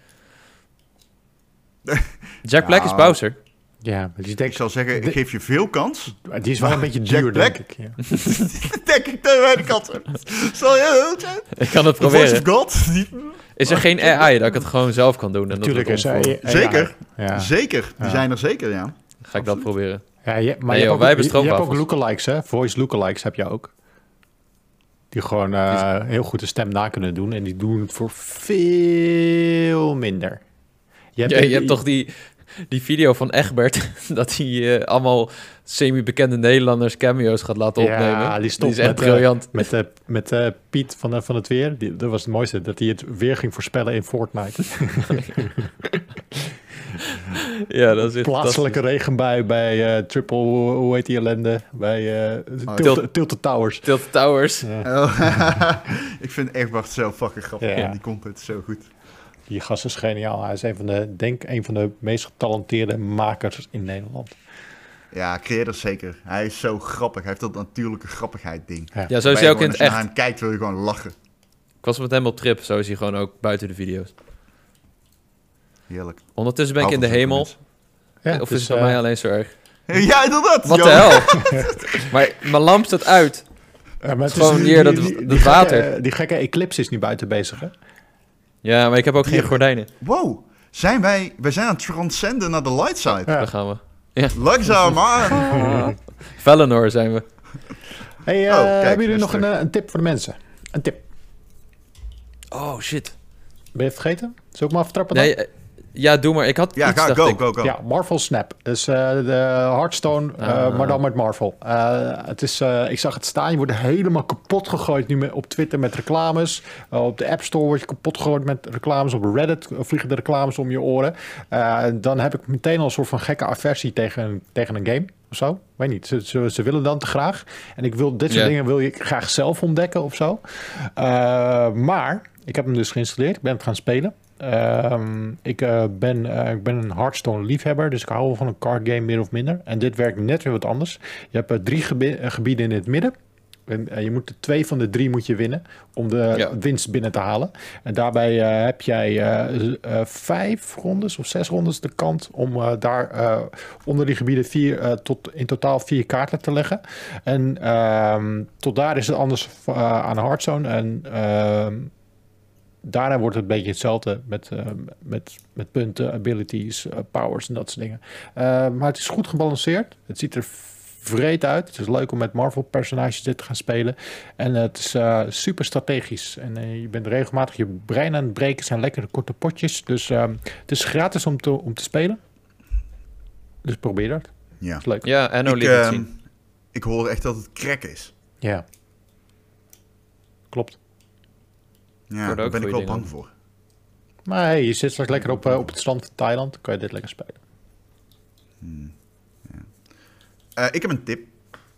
C: Jack Black is
A: Ja.
C: Bowser.
B: Ja, maar die,
A: Ik
B: denk,
A: zal zeggen, ik
B: De-
A: geef je veel kans.
B: die is wel een
A: Maar
B: beetje
A: Jack
B: duur,
A: Black?
B: denk ik. Ja.
A: Denk ik tegen mij de kans. Zal je zijn?
C: Ik kan het
A: The Voice
C: proberen.
A: of God? Die-
C: Is er geen A I dat ik het gewoon zelf kan doen? En dat
B: Natuurlijk
C: het
B: is
C: omvormt?
B: hij...
A: Zeker.
B: Ja.
A: Zeker, die
B: Ja.
A: zijn er zeker, ja.
C: Ga ik dat proberen.
B: Ja, je, maar
C: Nee,
B: je,
C: joh,
B: hebt
C: wij
B: ook,
C: hebben
B: je, je hebt ook
C: stroopwafels.
B: lookalikes, hè? Voice lookalikes heb je ook. Die Die gewoon uh, heel goed de stem na kunnen doen. En die doen het voor veel minder.
C: Je hebt, ja, je hebt toch die, die video van Egbert... dat hij uh, allemaal semi-bekende Nederlanders cameo's gaat laten opnemen.
B: Ja, die,
C: die is echt
B: met,
C: briljant.
B: Uh, met uh, met uh, Piet van, uh, van het weer. Die, dat was het mooiste. Dat hij het weer ging voorspellen in Fortnite.
C: Ja, dat is
B: plaatselijke regenbui bij uh, Triple, hoe heet die ellende? Bij uh, oh, Tilted, Tilted Towers.
C: Tilted Towers.
A: Ja. Oh, ik vind Egbert zo fucking grappig. Ja. Die content zo goed.
B: Die gast is geniaal. Hij is een van de, denk een van de meest getalenteerde makers in Nederland.
A: Ja, creëer zeker. Hij is zo grappig. Hij heeft dat natuurlijke grappigheid ding.
C: Ja, ja zo is hij ook in het echt.
A: Als je naar hem kijkt, wil je gewoon lachen.
C: Ik was met hem op trip. Zo is hij gewoon ook buiten de video's.
A: Heerlijk.
C: Ondertussen ben ik in de hemel. Ja, of dus, is het bij uh... mij alleen zo erg?
A: Ja, inderdaad.
C: Wat de hel? Maar mijn lamp staat uit.
B: Ja, maar het
C: is gewoon
B: die,
C: hier dat,
B: die, die,
C: dat
B: die
C: water.
B: Gekke, die gekke eclipse is nu buiten bezig, hè?
C: Ja, maar ik heb ook geen gordijnen.
A: Wow. Zijn wij... Wij zijn aan het transcenden naar de light side.
C: Ja. Daar gaan we. Ja.
A: Langzaam maar.
C: Valinor zijn we.
B: Hey, uh, oh, kijk, hebben jullie nog een, een tip voor de mensen? Een tip.
C: Oh, shit.
B: Ben je het vergeten? Zal ik maar vertrappen
C: dan? Nee, ja, doe maar. Ik had
A: ja,
C: iets,
A: ga, go, go, go.
B: Ja, Marvel Snap. Dus uh, de Hearthstone, uh, uh, maar dan met Marvel. Uh, het is, uh, ik zag het staan. Je wordt helemaal kapot gegooid nu met, op Twitter met reclames. Uh, op de App Store word je kapot gegooid met reclames. Op Reddit vliegen de reclames om je oren. Uh, dan heb ik meteen al een soort van gekke aversie tegen, tegen een game. Of zo. Weet niet. Ze, ze, ze willen dan te graag. En ik wil dit soort yeah. dingen wil je graag zelf ontdekken of zo. Uh, maar ik heb hem dus geïnstalleerd. Ik ben het gaan spelen. Uh, ik, uh, ben, uh, ik ben een Hearthstone liefhebber, dus ik hou wel van een card game meer of minder. En dit werkt net weer wat anders. Je hebt uh, drie gebi- uh, gebieden in het midden. En, uh, je moet de twee van de drie moet je winnen om de ja. winst binnen te halen. En daarbij uh, heb jij uh, uh, vijf rondes of zes rondes de kant om uh, daar uh, onder die gebieden vier, uh, tot in totaal vier kaarten te leggen. En uh, tot daar is het anders uh, aan Hearthstone. En uh, daarna wordt het een beetje hetzelfde met, uh, met, met punten, abilities, uh, powers en dat soort dingen. Uh, maar het is goed gebalanceerd. Het ziet er vreed uit. Het is leuk om met Marvel-personages dit te gaan spelen. En uh, het is uh, super strategisch. En uh, je bent regelmatig je brein aan het breken. Het zijn lekkere korte potjes. Dus uh, het is gratis om te, om te spelen. Dus probeer dat.
A: Ja.
B: Dat is leuk.
C: Ja, en ook uh, zien.
A: Ik hoor echt dat het crack is.
B: Ja. Klopt.
A: Ja, daar ben ik wel bang voor.
B: Maar hey, je zit straks lekker op, uh, op het strand van Thailand. Dan kan je dit lekker spelen.
A: Hmm. Ja. Uh, ik heb een tip.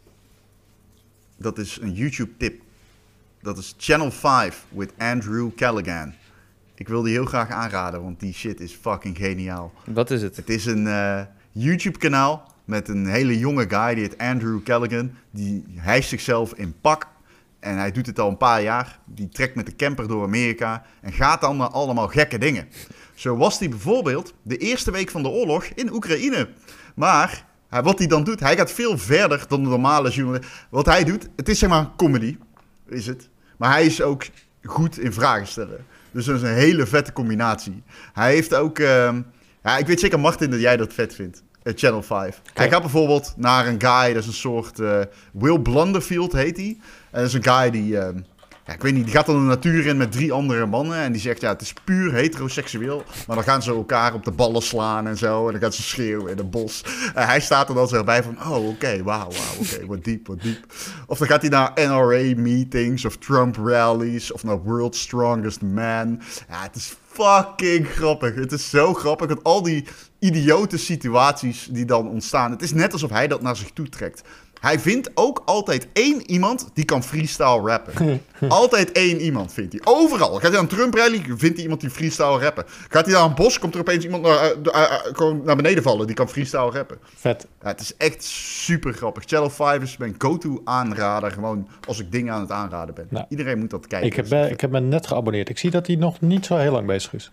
A: Dat is een YouTube tip. Dat is Channel vijf with Andrew Callaghan. Ik wil die heel graag aanraden, want die shit is fucking geniaal.
C: Wat is het?
A: Het is een uh, YouTube kanaal met een hele jonge guy, die heet Andrew Callaghan. Die hijst zichzelf in pak. En hij doet het al een paar jaar. Die trekt met de camper door Amerika en gaat dan naar allemaal gekke dingen. Zo was hij bijvoorbeeld de eerste week van de oorlog in Oekraïne. Maar wat hij dan doet, hij gaat veel verder dan de normale journalist. Wat hij doet, het is zeg maar comedy, is het. Maar hij is ook goed in vragen stellen. Dus dat is een hele vette combinatie. Hij heeft ook... Uh, ja, ik weet zeker, Martin, dat jij dat vet vindt. Uh, Channel vijf. Okay. Hij gaat bijvoorbeeld naar een guy, dat is een soort... Uh, Will Blunderfield heet hij. En dat is een guy die... Uh, ja, ik weet niet, die gaat dan de natuur in met drie andere mannen. En die zegt, ja, het is puur heteroseksueel. Maar dan gaan ze elkaar op de ballen slaan en zo. En dan gaan ze schreeuwen in het bos. En hij staat er dan zo bij van, oh, oké, okay, wauw, wauw, oké, okay, wat diep, wat diep. Of dan gaat hij naar N R A-meetings of Trump-rallies of naar World's Strongest Man. Ja, het is fucking grappig. Het is zo grappig, dat al die idiote situaties die dan ontstaan. Het is net alsof hij dat naar zich toe trekt. Hij vindt ook altijd één iemand die kan freestyle rappen. Altijd één iemand vindt hij. Overal. Gaat hij aan een Trump rally, vindt hij iemand die freestyle rappen. Gaat hij naar een bos, komt er opeens iemand naar, uh, uh, uh, naar beneden vallen die kan freestyle rappen.
B: Vet.
A: Ja, het is echt super grappig. Channel vijf is mijn go-to aanrader. Gewoon als ik dingen aan het aanraden ben. Nou, iedereen moet dat kijken.
B: Ik heb, uh, ik heb me net geabonneerd. Ik zie dat hij nog niet zo heel lang bezig is.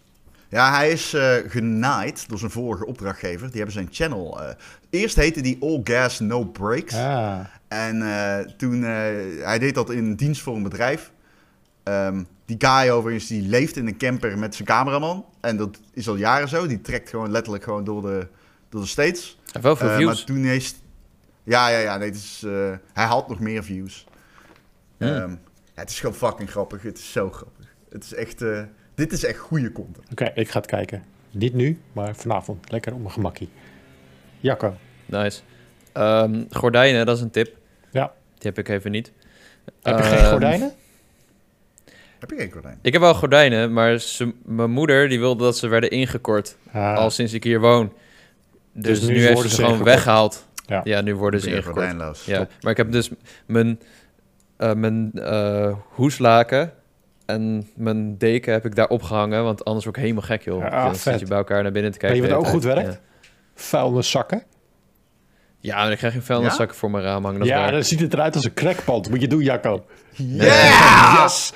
A: Ja, hij is uh, genaaid door zijn vorige opdrachtgever. Die hebben zijn channel... Uh, eerst heette die All Gas No Breaks.
B: Ah.
A: En uh, toen... Uh, hij deed dat in dienst voor een bedrijf. Um, die guy overigens, die leeft in een camper met zijn cameraman. En dat is al jaren zo. Die trekt gewoon letterlijk gewoon door de, door de States.
C: En wel veel
A: uh,
C: views.
A: Maar toen heeft... Ja, ja, ja. Nee, het is, uh, hij had nog meer views.
C: Hmm.
A: Um, ja, het is gewoon fucking grappig. Het is zo grappig. Het is echt... Uh, dit is echt goede content.
B: Oké, okay, ik ga het kijken. Niet nu, maar vanavond. Lekker op mijn gemakkie. Jacco.
C: Nice. Um, gordijnen, dat is een tip.
B: Ja.
C: Die heb ik even niet.
B: Heb je
C: um,
B: geen gordijnen?
A: Heb je geen gordijnen?
C: Ik heb wel gordijnen, maar ze, mijn moeder die wilde dat ze werden ingekort. Ah. Al sinds ik hier woon. Dus, dus nu, nu heeft ze ze gewoon ingekort. Weggehaald. Ja. ja, nu worden ze ingekort. Ja. Maar ik heb dus mijn, uh, mijn uh, hoeslaken en mijn deken heb ik daar opgehangen. Want anders word ik helemaal gek, joh.
B: Ja,
C: dan zit je bij elkaar naar binnen te kijken.
B: Weet je wat ook goed werkt? Ja. Vuilniszakken.
C: Ja, dan krijg je vuilniszakken ja? voor mijn raam hangen. Dat
B: ja, dan ziet het eruit als een crackpot. Moet je doen, Jacco.
A: Yeah!
B: Yes!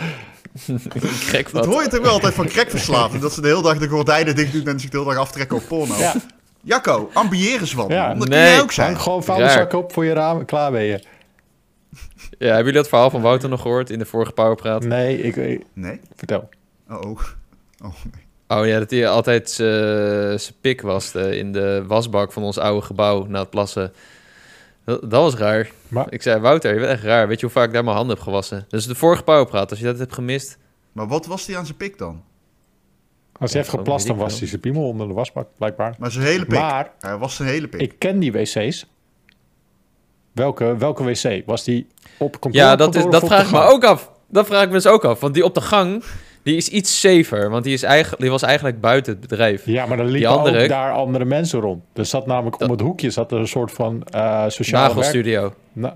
A: Dat hoor je toch wel altijd van crackverslaving. Dat ze de hele dag de gordijnen dicht doen en zich de hele dag aftrekken op porno. Ja. Jacco, ambiëren eens wat. Ja. Dat nee, kun je ook zijn.
B: Gewoon vuilniszakken op voor je raam, klaar ben je.
C: Ja, hebben jullie dat verhaal van Wouter nog gehoord in de vorige Powerpraat?
B: Nee, ik... ik
A: nee?
B: Vertel.
A: Oh, oh. Oh,
C: nee. Oh ja, dat hij altijd zijn pik waste in de wasbak van ons oude gebouw na het plassen. Dat, dat was raar. Maar... Ik zei, Wouter, je bent echt raar. Weet je hoe vaak ik daar mijn handen heb gewassen? Dus de vorige Powerpraat, als je dat hebt gemist...
A: Maar wat was hij aan zijn pik dan?
B: Als hij ja, heeft geplast, dan was hij zijn piemel onder de wasbak, blijkbaar.
A: Maar zijn hele pik?
B: Maar,
A: hij was zijn hele pik.
B: Ik ken die wc's. Welke, welke wc? Was die op kantoor?
C: Ja, dat, is, dat vraag ik me ook af. Dat vraag ik me dus ook af. Want die op de gang... Die is iets safer, want die, is eigenlijk, die was eigenlijk buiten het bedrijf.
B: Ja, maar dan liepen andere, ook daar andere mensen rond. Er zat namelijk dat, om het hoekje zat er een soort van uh, sociale...
C: Nagelstudio.
B: Na,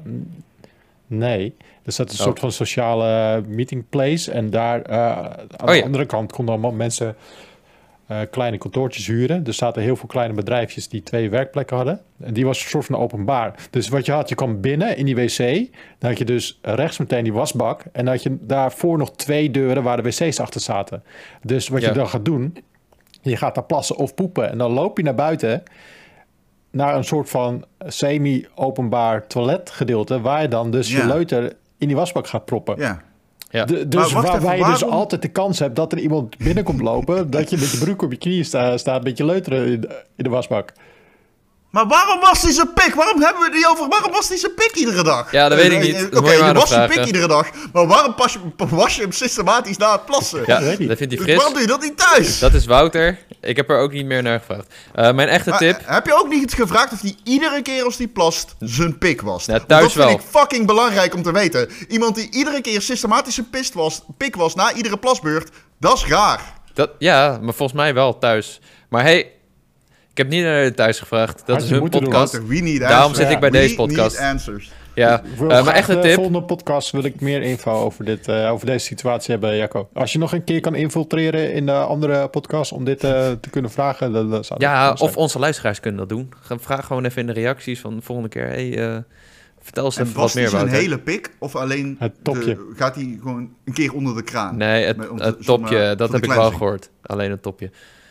B: nee, er zat een oh. soort van sociale meeting place. En daar uh, aan oh, de ja. andere kant konden allemaal mensen uh, kleine kantoortjes huren. Er zaten heel veel kleine bedrijfjes die twee werkplekken hadden. En die was een soort van openbaar. Dus wat je had, je kwam binnen in die wc. Dan had je dus rechts meteen die wasbak. En dan had je daarvoor nog twee deuren waar de wc's achter zaten. Dus wat ja. je dan gaat doen, je gaat daar plassen of poepen. En dan loop je naar buiten naar een soort van semi-openbaar toiletgedeelte. Waar je dan dus ja. je leuter in die wasbak gaat proppen.
A: Ja.
C: Ja.
B: De, dus waar, even, waar je waarom... dus altijd de kans hebt dat er iemand binnenkomt lopen... dat je met je broek op je knieën sta, staat met je leuteren in de, in de wasbak.
A: Maar waarom was hij zijn pik? Waarom hebben we het niet over? Waarom was hij zijn pik iedere dag?
C: Ja, dat weet ik niet.
A: Oké, okay, je was zijn pik iedere dag. Maar waarom pas je, was je hem systematisch na het plassen?
C: Ja, dat, dat vindt hij fris.
A: Dus waarom doe je dat niet thuis?
C: Dat is Wouter. Ik heb er ook niet meer naar gevraagd. Uh, mijn echte
A: maar,
C: tip...
A: Heb je ook niet gevraagd of hij iedere keer als hij plast zijn pik was?
C: Ja, thuis
A: dat
C: wel.
A: vind ik fucking belangrijk om te weten. Iemand die iedere keer systematisch zijn pist was, pik was na iedere plasbeurt, dat is raar.
C: Dat, ja, maar volgens mij wel thuis. Maar hey... Ik heb niet naar thuis gevraagd. Dat is hun podcast. Daarom zit ik bij
A: We
C: deze podcast.
A: Ja,
B: uh, maar echt een tip. De volgende podcast wil ik meer info over, dit, uh, over deze situatie hebben, Jacco. Als je nog een keer kan infiltreren in de andere podcast om dit uh, te kunnen vragen, dan, dan zou dat
C: ja, of zijn. Onze luisteraars kunnen dat doen. Vraag gewoon even in de reacties van de volgende keer. Hey, uh, vertel eens en even wat meer over.
A: Was het een hele pik of alleen
B: het topje?
A: De, gaat hij gewoon een keer onder de kraan?
C: Nee, het, met, het, het topje, uh, dat heb ik wel gehoord. Alleen het topje.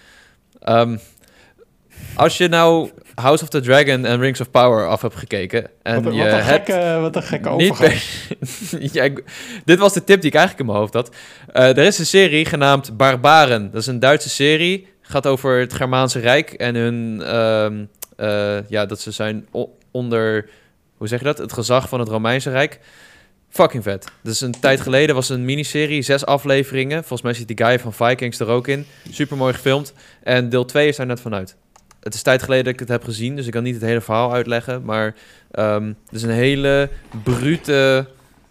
C: Um, Als je nou House of the Dragon en Rings of Power af hebt gekeken... En
B: wat,
C: je
B: wat, een
C: hebt
B: gekke, wat een gekke overgang.
C: ja, ik, dit was de tip die ik eigenlijk in mijn hoofd had. Uh, er is een serie genaamd Barbaren. Dat is een Duitse serie. Gaat over het Germaanse Rijk en hun... Uh, uh, ja, dat ze zijn onder... Hoe zeg je dat? Het gezag van het Romeinse Rijk. Fucking vet. Dus een tijd geleden was een miniserie, zes afleveringen. Volgens mij zit die guy van Vikings er ook in. Super mooi gefilmd. En deel twee is daar net vanuit. Het is tijd geleden dat ik het heb gezien, dus ik kan niet het hele verhaal uitleggen. Maar um, het is een hele brute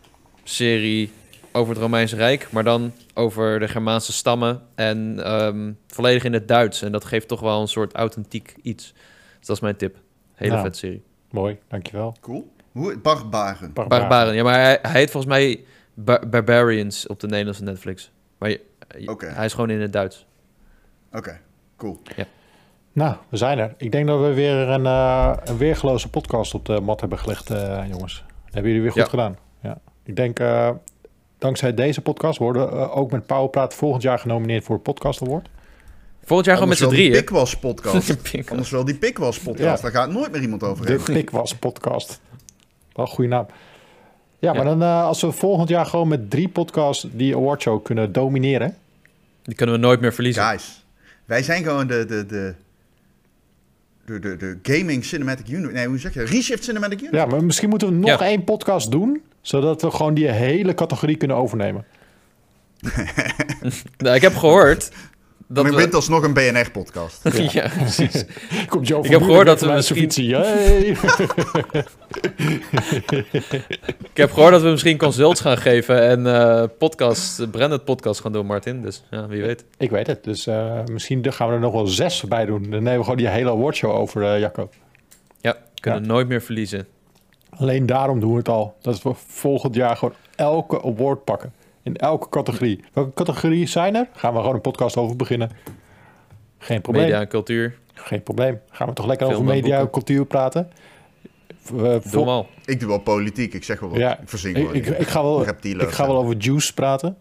C: serie over het Romeinse Rijk. Maar dan over de Germaanse stammen en um, volledig in het Duits. En dat geeft toch wel een soort authentiek iets. Dus dat is mijn tip. Hele nou, vet serie.
B: Mooi, dankjewel.
A: Cool. Hoe? Barbaren.
C: Barbaren. Barbaren. Ja, maar hij, hij heet volgens mij Bar- Barbarians op de Nederlandse Netflix. Maar je, okay. Hij is gewoon in het Duits.
A: Oké, okay. Cool.
C: Ja.
B: Nou, we zijn er. Ik denk dat we weer een, uh, een weergeloze podcast op de mat hebben gelegd, uh, jongens. Dat hebben jullie weer goed ja. gedaan. Ja. Ik denk, uh, dankzij deze podcast worden we uh, ook met Powerpraat volgend jaar genomineerd voor het Podcast Award.
C: Volgend jaar gewoon met z'n drieën.
A: Die Pikwas podcast. Anders wel die Pikwas podcast. Ja. Daar gaat nooit meer iemand over hebben.
B: De Pikwas podcast. Wel een goede naam. Ja, ja. maar dan uh, als we volgend jaar gewoon met drie podcasts die awardshow kunnen domineren.
C: Die kunnen we nooit meer verliezen.
A: Guys, wij zijn gewoon de... de, de De, de, de Gaming Cinematic Universe. Nee, hoe zeg je? Reshift Cinematic Universe.
B: Ja, maar misschien moeten we nog ja. één podcast doen. Zodat we gewoon die hele categorie kunnen overnemen.
C: Nou, ik heb gehoord...
A: Dat
C: dat
A: je
C: we...
A: bent alsnog een B N R-podcast.
C: Ja, ja precies.
B: Komt Joe
C: Ik heb gehoord dat we misschien...
B: Hey.
C: Ik heb gehoord dat we misschien consults gaan geven en uh, podcast, branded podcast gaan doen, Martin. Dus ja, wie weet.
B: Ik weet het, dus uh, misschien gaan we er nog wel zes bij doen. Dan nemen we gewoon die hele awardshow over, uh, Jacco.
C: Ja, kunnen
B: Ja.
C: nooit meer verliezen.
B: Alleen daarom doen we het al. Dat we volgend jaar gewoon elke award pakken. In elke categorie. Welke categorieën zijn er? Gaan we gewoon een podcast over beginnen. Geen probleem.
C: Media en cultuur.
B: Geen probleem. Gaan we toch lekker
C: Film
B: over
C: en
B: media en
C: boeken.
B: cultuur praten? Uh,
C: Doe maar al.
A: Ik doe wel politiek, ik zeg wel wat.
B: Ja,
A: ik verzin
B: ik,
A: wel.
B: ik, ik, ga wel,
A: Reptielen
B: ik ga wel over juice praten.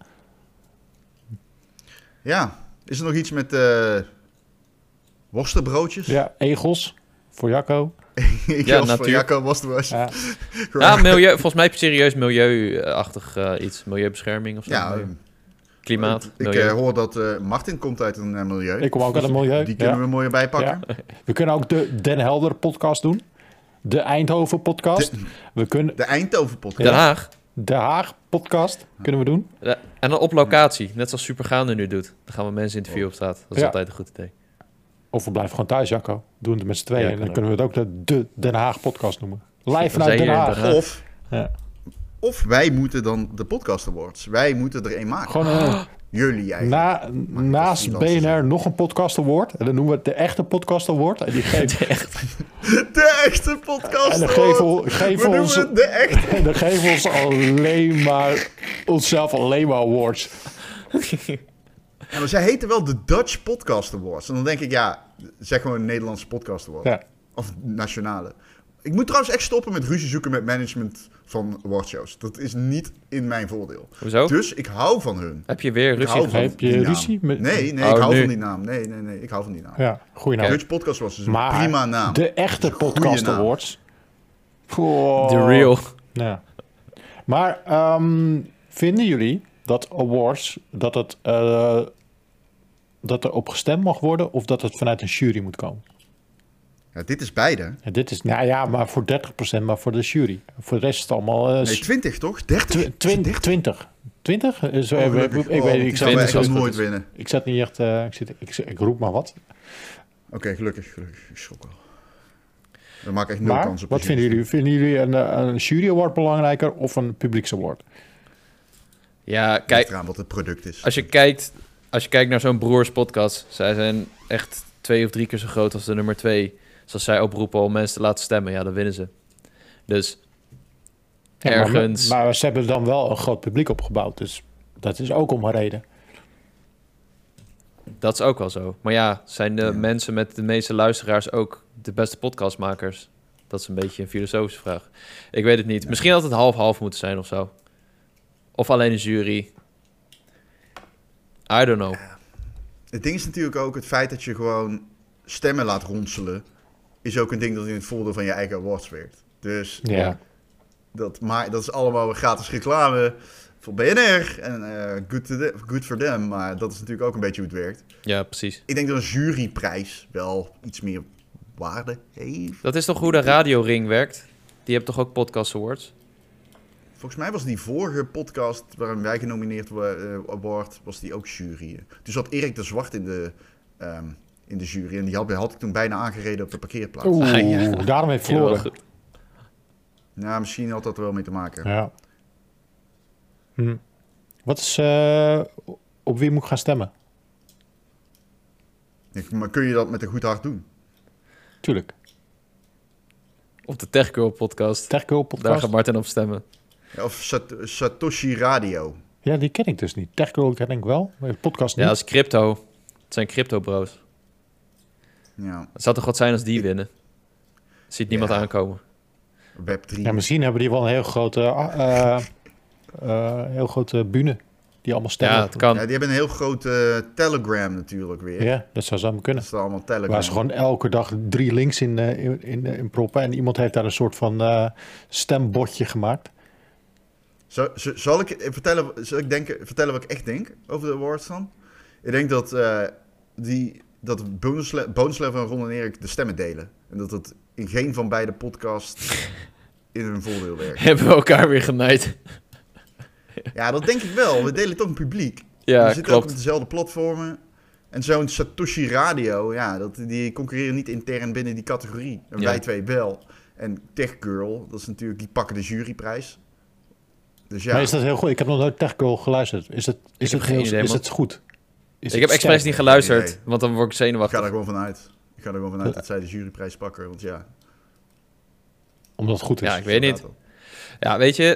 A: Ja, is er nog iets met uh, worstenbroodjes?
B: Ja, egels voor Jacco.
A: Ik
C: Ja,
A: was voor
C: natuur.
A: Jacco worstenbroodjes.
B: Ja.
C: Ja, milieu, volgens mij serieus milieuachtig uh, iets. Milieubescherming of zo.
A: Ja,
C: Klimaat,
A: ik
C: milieu.
A: uh, hoor dat uh, Martin komt uit een uh, milieu.
B: Ik kom ook uit het milieu.
A: Die kunnen
B: ja.
A: we mooi erbij pakken.
B: Ja. We kunnen ook de Den Helder podcast doen. De Eindhoven podcast.
A: De-
B: we kunnen
A: De Eindhoven podcast.
C: Den Haag.
B: de Haag podcast kunnen we doen.
C: Ja, en dan op locatie, net zoals Supergaande nu doet. Dan gaan we mensen interviewen op straat. Dat is
B: Ja.
C: altijd een goed idee.
B: Of we blijven gewoon thuis, Jacco. Doen het met z'n tweeën.
C: Ja,
B: en dan
C: kan
B: kunnen we het ook de, de Den Haag podcast noemen. Live vanuit
C: zijn
B: Den
C: hier in
B: Haag.
C: Den Haag.
A: Of,
B: Ja.
A: of wij moeten dan de podcast awards. Wij moeten er een maken.
B: Gewoon uh,
A: Jullie eigenlijk.
B: na,
A: dat
B: naast
A: is
B: B
A: niet
B: N R
A: lastig.
B: nog een podcast award. En dan noemen we het de echte podcast award. En die geven,
A: De echte podcast
B: en dan
A: award.
B: geven,
A: We
B: geven
A: noemen
B: ons...
A: het de echte.
B: En dan geven we ons alleen maar... onszelf alleen maar awards.
A: Ja, maar zij heten wel de Dutch Podcast Awards. En dan denk ik, ja, zeg gewoon een Nederlandse podcast award.
B: Ja.
A: Of nationale. Ik moet trouwens echt stoppen met ruzie zoeken met management van awardshows. Dat is niet in mijn voordeel.
C: Hoezo?
A: Dus ik hou van hun.
C: Heb je weer
A: Ik
C: ruzie
A: hou
C: gehad?
A: van
B: Heb je
A: die naam.
B: ruzie met-
A: Nee, nee,
C: Oh,
A: ik hou
C: nu.
A: van die naam. Nee, nee, nee, ik hou van die naam.
B: Ja, goeie naam.
A: Dutch Podcast was dus een
B: Maar
A: prima naam.
B: de echte
A: Dat is een goeie
B: podcast
A: naam.
B: awards... Wow.
C: The real.
B: Ja. Maar ehm, vinden jullie dat awards... dat het... eh, dat er op gestemd mag worden... of dat het vanuit een jury moet komen?
A: Ja, dit is beide.
B: Ja, dit is... Nou ja, maar voor dertig procent, maar voor de jury. Voor de rest is het allemaal... eh,
A: Nee, twintig toch? dertig?
B: tw- twintig. twintig. twintig? Eh, Zo,
A: Oh,
B: ik,
A: gelukkig.
B: ik, ik
A: Oh,
B: weet
A: die
B: ik,
A: zou
B: zat
A: wij
B: niet
C: zo-
A: echt
B: zo-
A: nooit winnen.
B: ik zat niet echt... eh, ik, zit, ik, ik roep maar wat.
A: Oké, gelukkig, gelukkig. Ik schrok wel. We maken echt nul
B: Maar,
A: kans op.
B: wat
A: de
B: vinden
A: jury.
B: jullie? Vinden jullie een, eh, een jury award belangrijker... of een publieks award?
C: Ja,
A: Ligt
C: kijk,
A: eraan wat het product is.
C: als je kijkt, als je kijkt naar zo'n broers podcast, zij zijn echt twee of drie keer zo groot als de nummer twee. Zoals zij oproepen om mensen te laten stemmen, ja, dan winnen ze. Dus
B: Ja, maar-
C: ergens...
B: Maar, ze hebben dan wel een groot publiek opgebouwd. Dus dat is ook om een reden.
C: Dat is ook wel zo. Maar ja, zijn de
A: Ja.
C: mensen met de meeste luisteraars ook de beste podcastmakers? Dat is een beetje een filosofische vraag. Ik weet het niet. Misschien had het half-half moeten zijn of zo. Of alleen een jury. I don't know.
A: Het ding is natuurlijk ook het feit dat je gewoon stemmen laat ronselen. Is ook een ding dat in het voordeel van je eigen awards werkt. Dus
B: Ja.
C: Ja.
A: dat, maar, dat is allemaal weer gratis reclame voor B N R. En eh, good, to the- good for them. Maar dat is natuurlijk ook een beetje hoe het werkt.
C: Ja, precies.
A: Ik denk dat een juryprijs wel iets meer waarde heeft.
C: Dat is toch hoe de radioring werkt? Die hebben toch ook podcast awards?
A: Volgens mij was die vorige podcast waarin wij genomineerd waren, uh, award, was die ook jury. Toen zat Erik de Zwart in de, ehm, in de jury. En die had, had ik toen bijna aangereden op de parkeerplaats.
B: Oeh,
C: Ah, ja.
B: daarom heeft
C: Ja, wel
B: verloren.
C: goed.
A: Nou, misschien had dat er wel mee te maken.
B: Ja. Hm. Wat is... eh, op wie moet ik gaan stemmen?
A: Ik- Maar kun je dat met een goed hart doen?
B: Tuurlijk.
C: Op de Tech Girl podcast.
B: Tech Girl
C: Daar
B: podcast.
C: gaat Martin op stemmen.
A: Ja, of Sat- Satoshi Radio.
B: Ja, die ken ik dus niet. Tech Girl ken ik wel, maar de podcast niet.
C: Ja, dat is crypto. Het zijn crypto bros.
A: Ja,
C: Het zou toch wat zijn als die winnen? Ziet niemand
A: Ja.
C: aankomen.
A: Web drie.
B: Ja, misschien hebben die wel een heel grote, uh, uh, heel grote bühne. Die allemaal stemmen.
C: Ja, het kan.
A: Ja, die hebben een heel groot eh, Telegram natuurlijk weer.
B: Ja, dat zou zo kunnen.
A: Dat is allemaal Telegram.
B: Waar ze gewoon elke dag drie links in, uh, in, in, in proppen. En iemand heeft daar een soort van uh, stembotje gemaakt.
A: Zal, z- zal ik vertellen, zal ik denken, vertellen wat ik echt denk over de awards dan? Ik denk dat, uh, die, dat Bonusle- Bonuslevel en Ron en Erik de stemmen delen. En dat het in geen van beide podcasts in hun voordeel werkt.
C: Hebben we elkaar weer genaaid.
A: Ja, dat denk ik wel. We delen toch een publiek.
C: Ja,
A: we zitten ook
C: klopt.
A: op dezelfde platformen. En zo'n Satoshi Radio, ja, dat, die concurreren niet intern binnen die categorie. En
C: Ja.
A: wij twee wel. En Tech Girl, dat is natuurlijk, die pakken de juryprijs. Dus ja,
B: Maar is dat heel goed? Ik heb nog nooit Tech Girl geluisterd. Is het, is
C: heb
B: het,
C: geen
B: heel,
C: idee,
B: is
C: man.
B: het goed? Is
C: Ik
B: het
C: heb expres
B: sterk?
C: niet geluisterd,
A: Nee.
C: want dan word ik
A: ik ga
C: zenuwachtig.
A: er gewoon vanuit. Ik ga er gewoon vanuit dat zij de juryprijs pakken, want ja.
B: Omdat het goed is.
C: Ja, ik weet niet.
A: inderdaad
C: Ja, weet je,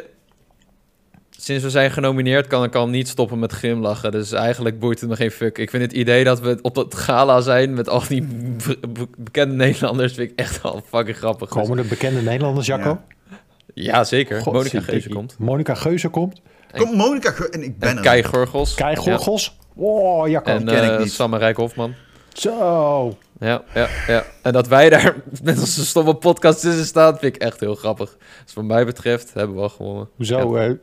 C: sinds we zijn genomineerd kan ik al niet stoppen met grimlachen. Dus eigenlijk boeit het me geen fuck. Ik vind het idee dat we op dat gala zijn met al die be- be- bekende Nederlanders, vind ik echt al fucking grappig. Dus-
B: Komen de bekende Nederlanders, Jacco?
C: Ja, zeker.
B: God,
C: Monica
B: zie-
C: Geuze
B: dik-
C: komt.
B: Monica Geuze komt.
A: wel. Kom Monica, Ge- en ik ben
C: En
A: er.
C: Kai Gorgels.
B: Kai Gorgels. Oh, Jacco.
C: En
A: ken ik
C: eh
A: niet.
C: Samme Rijk Hofman.
B: Zo.
C: Ja, ja, ja. En dat wij daar met onze stomme podcast tussen staan, vind ik echt heel grappig. Dus wat mij betreft hebben we al gewonnen.
B: Hoezo? eh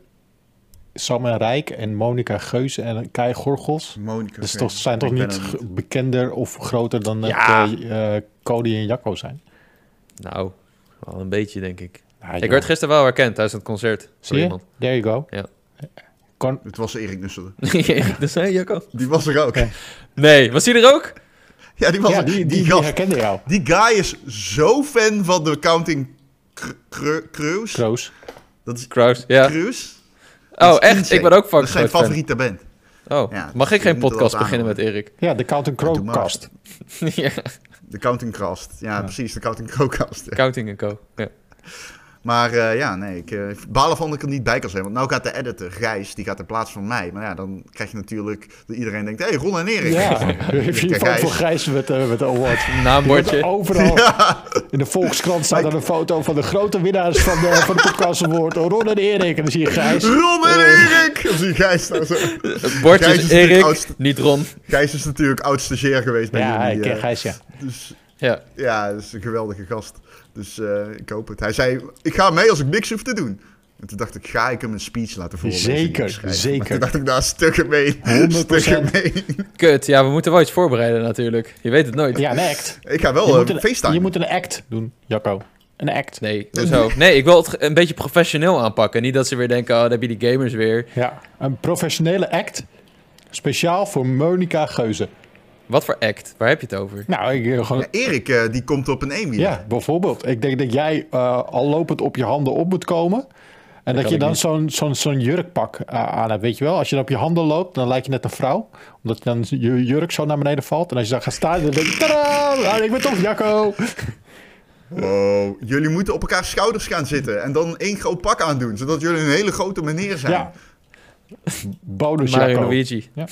B: Sam en Rijk en Monica Geuze en Kai Gorgels.
A: Monica.
B: Dat is
A: Ge-
B: toch, zijn toch
A: ik ben
B: niet
A: er
B: ge- bekender of groter dan dat
C: Ja.
B: eh, eh, Cody en Jacco zijn?
C: Nou, wel een beetje, denk ik.
B: Ja,
C: Ik
B: joh.
C: werd gisteren wel herkend tijdens het concert.
B: Zie
C: Door
B: je?
C: iemand.
B: There you go.
C: Ja.
B: Kon,
A: Het was Erik Nusselen.
C: dus zei Jacco?
A: Die was er ook.
B: Ja.
C: Nee, was hij er ook?
A: Ja, die was
B: ja,
A: er.
B: die, die, die
A: gast.
B: herkende jou.
A: Die guy is zo fan van de Counting Cru- Cru- Cruise.
B: Kroos.
A: Dat is
C: Kraus, ja.
A: Cruise.
C: Oh,
A: Dat is
C: echt?
A: insane.
C: Ik ben ook
A: Dat
C: fucking
A: is zijn
C: groot fan.
A: favoriete band.
C: Oh,
A: Ja,
C: mag
A: dus
C: ik geen
A: je moet er
C: podcast
A: wat aan
C: beginnen met
A: houden.
C: Erik?
B: Ja, de Counting
A: Ja, doe maar.
B: Crowcast.
C: ja,
A: De Counting Cast. Ja, precies. De Counting Crowcast. Ja.
C: Counting en Co. Ja.
A: Maar eh, ja, nee. Ik uh, balen van dat ik er niet bij kan zijn. Want nou gaat de editor, Gijs, die gaat in plaats van mij. Maar ja, dan krijg je natuurlijk dat iedereen denkt... Hé, hey, Ron en Erik.
B: Ja, heb je
A: Kijk,
B: foto
A: Gijs.
B: voor Gijs met, uh, met de award.
C: Naambordje.
B: Overal. In de Volkskrant staat er een foto van de grote winnaars van de, van de podcast award. Ron en Erik. En dan zie je Gijs.
A: Ron en Erik! Dan zie je Gijs daar zo.
C: Het bordje
A: Gijs
C: is
A: is natuurlijk
C: Erik,
A: oudste-
C: niet Ron.
A: Gijs is natuurlijk oud-stagiair geweest bij
B: Ja,
A: jullie.
B: ik ken
A: eh,
B: Gijs, ja.
A: Dus
C: Ja.
A: ja, dat is een geweldige gast. Dus eh, ik hoop het. Hij zei, ik ga mee als ik niks hoef te doen. En toen dacht ik, ga ik hem een speech laten voorlezen? die
B: Zeker,
A: ik schrijf?
B: zeker.
A: Maar toen dacht ik, nou, stukken mee.
B: honderd procent.
A: Stukken mee.
C: Kut, ja, we moeten wel iets voorbereiden natuurlijk. Je weet het nooit.
B: Ja, een act.
A: Ik ga
B: Je
A: wel
B: moet,
A: uh,
B: een,
A: FaceTime.
B: je moet een act doen, Jacco. Een act.
C: Nee, hoezo? Nee, ik wil het een beetje professioneel aanpakken. Niet dat ze weer denken, oh, dan heb je die gamers weer.
B: Ja, een professionele act. Speciaal voor Monica Geuze.
C: Wat voor act? Waar heb je het over?
B: Nou, ik, eh, gewoon,
A: Ja, Erik, eh, die komt op een Amy.
B: ja, bijvoorbeeld. Ik denk dat jij uh, al lopend op je handen op moet komen. En dat,
C: kan
B: je
C: ik
B: dan
C: niet.
B: zo'n zo'n zo'n jurkpak uh, aan hebt, weet je wel. Als je dan op je handen loopt, dan lijkt je net een vrouw. Omdat dan je jurk zo naar beneden valt. En als je dan gaat staan, dan denk je... Tadaa! Ah, ik ben toch Jacco!
A: Wow. Jullie moeten op elkaar schouders gaan zitten. En dan één groot pak aandoen. Zodat jullie een hele grote meneer zijn.
B: Ja. Bonus
C: Mario
B: Jacco.
C: Luigi.
B: Ja.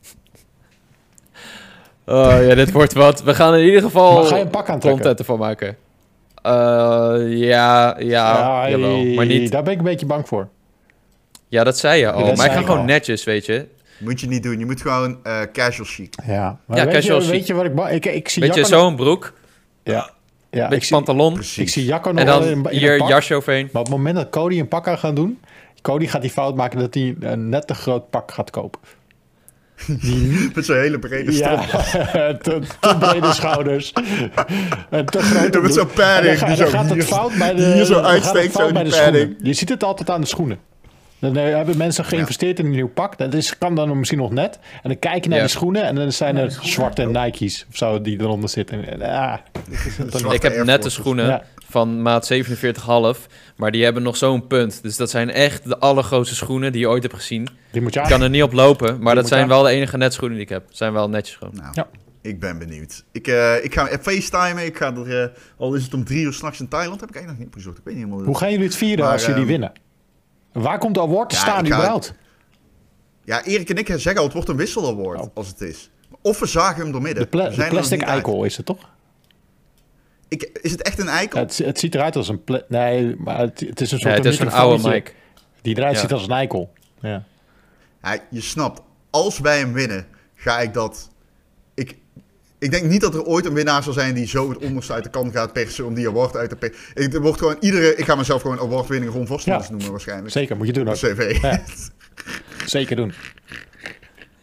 C: Oh ja, dit wordt wat. We gaan in ieder geval
B: Maar ga je een pak aantrekken?
C: content ervan maken. Uh, ja, ja,
B: Ja,
C: jawel. Maar niet...
B: Daar ben ik een beetje bang voor.
C: Ja, dat zei je al.
B: dat
C: maar ik
B: zei
C: ga
B: ik
C: gewoon
B: al.
C: netjes, weet je.
A: Moet je niet doen. Je moet gewoon eh, casual chic.
B: Ja, maar
C: Ja,
B: weet,
C: casual
B: je,
C: chic.
B: weet je wat ik... ba- Ik, ik zie
C: Beetje
B: Jacco...
C: zo'n broek,
B: Ja, ja ik,
C: beetje
B: zie,
C: pantalon.
A: Precies.
B: ik zie Jacco nog
C: En
B: wel
C: dan
B: in, in
C: hier
B: een pak.
C: jasje overheen.
B: Maar op het moment dat Cody een pak aan gaat doen... Cody gaat die fout maken dat hij een net te groot pak gaat kopen.
A: Met zo'n hele brede
B: Ja,
A: strop.
B: te, te brede schouders. En te grote
A: Ja, met zo'n
B: broek.
A: padding
B: En dan,
A: die
B: ga- dan
A: zo
B: gaat het
A: hier-
B: fout bij de,
A: die hier zo
B: dan gaat het
A: uitsteekt,
B: fout
A: zo
B: bij
A: die
B: de schoenen.
A: padding.
B: Je ziet het altijd aan de schoenen. Dan eh, hebben mensen geïnvesteerd in een nieuw pak. Dat is, kan dan misschien nog net. En dan kijk je naar
C: Ja.
B: die schoenen en dan zijn er zwarte Nike's of zo die eronder zitten. En, ah,
A: Zwarte
C: Ik heb
A: Air
C: nette
A: Forces.
C: schoenen
B: Ja.
C: van maat zevenenveertig komma vijf. Maar die hebben nog zo'n punt. Dus dat zijn echt de allergrootste schoenen die je ooit hebt gezien.
B: die moet je
C: Ik
B: aan.
C: kan er niet op lopen, maar dat
B: moet
C: zijn
B: aan.
C: wel de enige net schoenen die ik heb. Zijn wel netjes gewoon.
A: Nou,
B: Ja.
A: ik ben benieuwd. Ik, eh, ik ga facetimen. Ik ga er, eh, al is het om drie uur s'nachts in Thailand, heb ik eigenlijk nog niet opgezocht. Ik weet niet helemaal.
B: Hoe gaan jullie het vieren
A: Maar,
B: als jullie
A: ehm,
B: winnen? Waar komt de award te
A: ja,
B: staan
A: ik ga-
B: überhaupt?
A: Ja, Erik en ik zeggen al, het wordt een wisselaward
B: Oh.
A: als het is. Of we zagen hem doormidden.
B: De, pla-
A: We
B: de
A: zijn er nog
B: plastic
A: niet uit.
B: eikel is het toch?
A: Ik, is het echt een eikel?
B: Het, het ziet eruit als een... pla- nee, maar het, het is een soort
C: Ja, het is een oude
B: microfoontje
C: mic.
B: die eruit
C: Ja.
B: ziet als een eikel. Ja.
A: Ja, je snapt, als wij hem winnen, ga ik dat... Ik, ik denk niet dat er ooit een winnaar zal zijn die zo het onderste uit de kan gaat persen om die award uit te persen. Ik, er wordt gewoon iedere, ik ga mezelf gewoon award-winning Ron Vosmans
B: Ja.
A: noemen waarschijnlijk.
B: Zeker, moet je doen
A: Op
B: ook.
A: cv.
B: Ja. Zeker doen.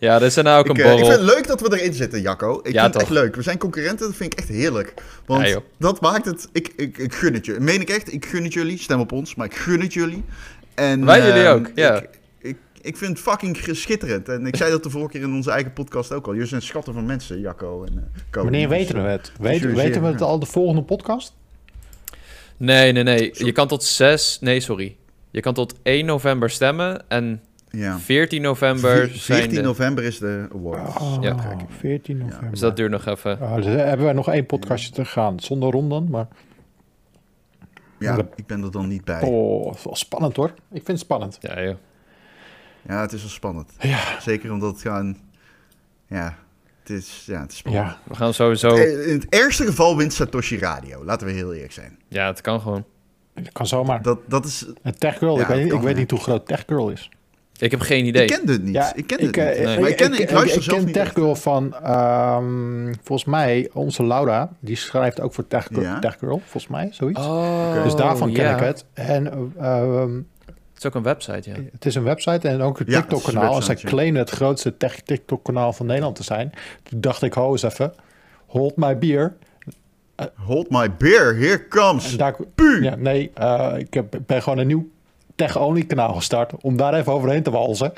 C: Ja, dit is nou ook
A: Ik,
C: een
A: uh, ik
C: borrel.
A: vind het leuk dat we erin zitten, Jacco. Ik
C: Ja,
A: vind het
C: toch.
A: echt leuk. We zijn concurrenten, dat vind ik echt heerlijk. Want
C: Ja, joh.
A: dat maakt het... Ik, ik, ik gun het je. Meen ik echt, ik gun het jullie. Stem op ons, maar ik gun het jullie. En,
C: Wij jullie
A: ehm,
C: ook, ja.
A: Ik, ik, ik vind het fucking schitterend. En ik zei dat de vorige keer in onze eigen podcast ook al. Jullie zijn schatten van mensen, Jacco en uh, Cody.
B: Wanneer
A: Dus,
B: weten we
A: uh,
B: het? Weet,
A: jullie
B: weten we
A: zeer,
B: het
A: ja.
B: al de volgende podcast?
C: Nee, nee, nee. Je kan tot zes... Nee, sorry. Je kan tot één november stemmen. En
A: Ja.
C: veertien november
A: Veer-
C: zijn
A: veertien
C: de...
A: november is de award.
B: Oh,
C: Ja.
B: veertien november.
C: Dus dat duurt nog even.
B: Oh, dus hebben wij nog één podcastje te gaan. Zonder Ron dan, maar...
A: Ja,
B: Ja.
A: ik ben er dan niet bij.
B: Oh, het is wel spannend hoor. Ik vind het spannend.
C: Ja, joh.
A: Ja, het is wel spannend.
B: Ja.
A: Zeker omdat het gewoon... Ja, het is, ja, het is spannend.
B: Ja.
C: We gaan sowieso...
A: Eh, In het ergste geval wint Satoshi Radio. Laten we heel eerlijk zijn.
C: Ja, het kan gewoon.
B: Dat kan zomaar.
A: Dat, dat is...
B: Een Techgirl,
A: Ja,
B: ik, weet,
A: dat
B: niet-
A: kan,
B: ik weet
A: hè.
B: niet hoe groot Techgirl is.
C: Ik heb geen idee.
A: Ik kende het niet.
B: Ja,
A: ik kende
B: ik,
A: het niet.
B: eh,
C: Nee.
A: Maar ik, ken, ik,
B: ik,
A: luister
B: ik
A: zelf
B: ken
A: niet.
B: Techgirl van, ehm, volgens mij, onze Laura. Die schrijft ook voor Techgirl,
A: Ja.
B: Techgirl volgens mij, zoiets.
C: Oh,
B: Dus daarvan ken
C: ja.
B: ik het. En eh, ehm,
C: Het is ook een website, ja.
B: het is een website en ook een
A: Ja, het is een
B: TikTok-kanaal. En zij
A: website, ja.
B: claimen het grootste tech- TikTok-kanaal van Nederland te zijn. Toen dacht ik, ho eens even. Hold my beer.
A: Hold my beer, here comes.
B: En daar,
A: Puh.
B: ja, nee, eh, ik heb, ben gewoon een nieuw tech-only kanaal gestart. Om daar even overheen te walsen.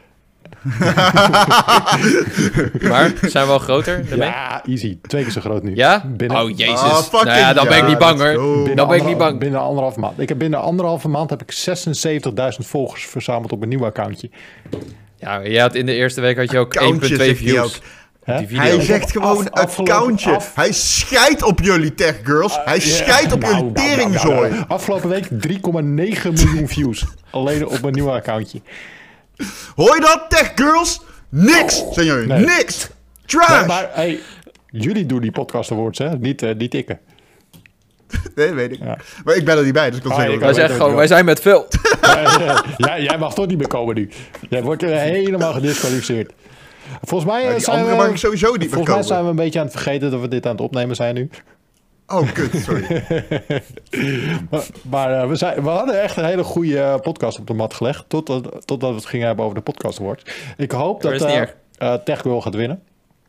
C: Maar zijn we al groter daarmee?
B: Ja, easy. Twee keer zo groot nu.
C: Ja?
B: Binnen,
C: Oh, jezus.
A: Ah, fucking
C: nou ja, dan ben ik
A: ja,
C: niet bang,
A: let's
C: hoor.
A: go.
B: binnen
C: Dan ben ik niet
B: anderhal-
C: bang.
B: Binnen anderhalf maand. Ik heb binnen anderhalve maand heb ik zesenzeventigduizend volgers verzameld op mijn nieuwe accountje.
C: Ja, je had in de eerste week had je ook één komma
A: Accountje,
C: twee
A: zegt hij
C: views.
A: ook.
B: Hè?
C: Die video.
A: Hij
B: Ik
A: zegt
B: heb
A: gewoon
B: af- afgelopen-
A: accountje.
B: af-
A: Hij scheidt op jullie tech girls. Hij scheidt op
B: Nou,
A: jullie
B: nou, nou,
A: teringzooi.
B: nou, nou. Afgelopen week drie komma negen miljoen views. Alleen op mijn nieuwe accountje.
A: Hoor je dat, tech girls? Niks, zijn jullie.
B: Nee.
A: Niks.
B: Maar,
A: Trash.
B: maar hey, jullie doen die podcast awards, hè? Niet, uh, niet ik.
A: Nee, weet ik.
B: Ja.
A: Maar ik ben er niet bij, dus ik kan
B: Ah,
A: zeggen...
B: ik
A: wat
C: Wij
A: ik
B: weet
C: zeggen
B: het
C: gewoon,
B: wel.
C: wij zijn met veel.
B: Ja, jij mag toch niet meer komen nu. Jij wordt uh, helemaal gedisqualificeerd. Volgens mij,
A: Ja,
B: uh,
A: die
B: zijn
A: andere
B: we,
A: mag ik sowieso niet meer
B: volgens mij
A: komen.
B: zijn we een beetje aan het vergeten dat we dit aan het opnemen zijn nu.
A: Oh, kut, sorry.
B: Maar, maar uh, we, zijn, we hadden echt een hele goede uh, podcast op de mat gelegd. Totdat, totdat we het gingen hebben over de podcast awards. Ik hoop
C: Dat
B: dat
C: is niet
B: uh,
C: erg.
B: uh, Techgirl gaat winnen.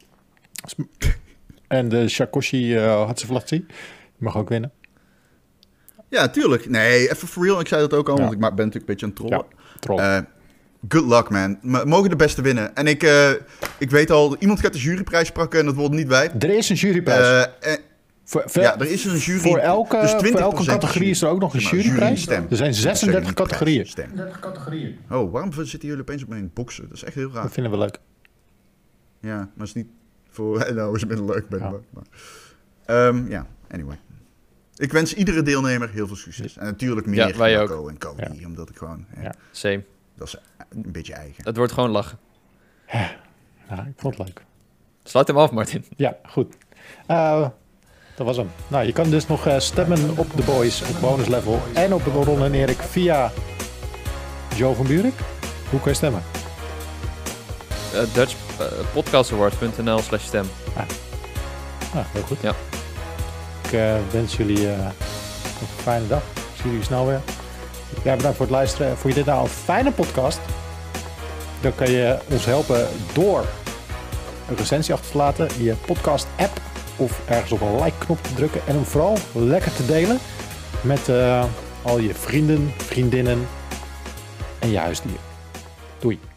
B: En de Shakoshi uh, Hatsuflatsi mag ook winnen.
A: Ja, tuurlijk. Nee, even for real. Ik zei dat ook al,
B: Ja.
A: want ik ma- ben natuurlijk een beetje aan het trollen.
B: Ja, troll.
A: Eh, good luck, man. M- mogen de beste winnen. En ik, eh, ik weet al, iemand gaat de juryprijs pakken en dat wordt niet wij.
B: er is een juryprijs.
A: Eh, eh,
B: voor, voor,
A: ja, er is een jury.
B: voor, elke,
A: dus
B: voor
A: twintig
B: elke
A: procent
B: categorie is er ook nog een
A: zeg maar,
B: juryprijs.
A: jurystem.
B: Er zijn
A: Ik zeg
B: zesendertig
A: niet prijs,
B: categorieën.
A: stem.
B: dertig categorieën.
A: Oh, waarom zitten jullie opeens op mijn boksen? Dat is echt heel raar.
B: Dat vinden we leuk.
A: Ja, maar het is niet voor... Nou, is het minder leuk. Ben
B: Ja.
A: maar, maar. Ehm, ja, anyway. Ik wens iedere deelnemer heel veel succes. En natuurlijk meer
C: Ja, wij
A: Jacco en Cody,
B: Ja.
A: omdat ik gewoon... hè,
B: Ja.
C: Same.
A: Dat is een beetje eigen.
C: Het wordt gewoon lachen.
B: Ja, ik vond het leuk.
C: Sluit hem af, Martin.
B: Ja, goed. Uh, dat was hem. Nou, je kan dus nog uh, stemmen op de boys op bonus level en op Ron en Erik via Joe van Buurik. Hoe kan je stemmen?
C: Uh, Dutch uh, podcastaward.nl slash stem.
B: Nou, heel goed.
C: Ja.
B: Ik uh, wens jullie uh, nog een fijne dag. Ik zie jullie snel weer. Ja, bedankt voor het luisteren. Vond je dit nou een fijne podcast? Dan kan je ons helpen door een recensie achter te laten in je podcast app of ergens op een like knop te drukken en hem vooral lekker te delen met uh, al je vrienden, vriendinnen en je huisdier. Doei.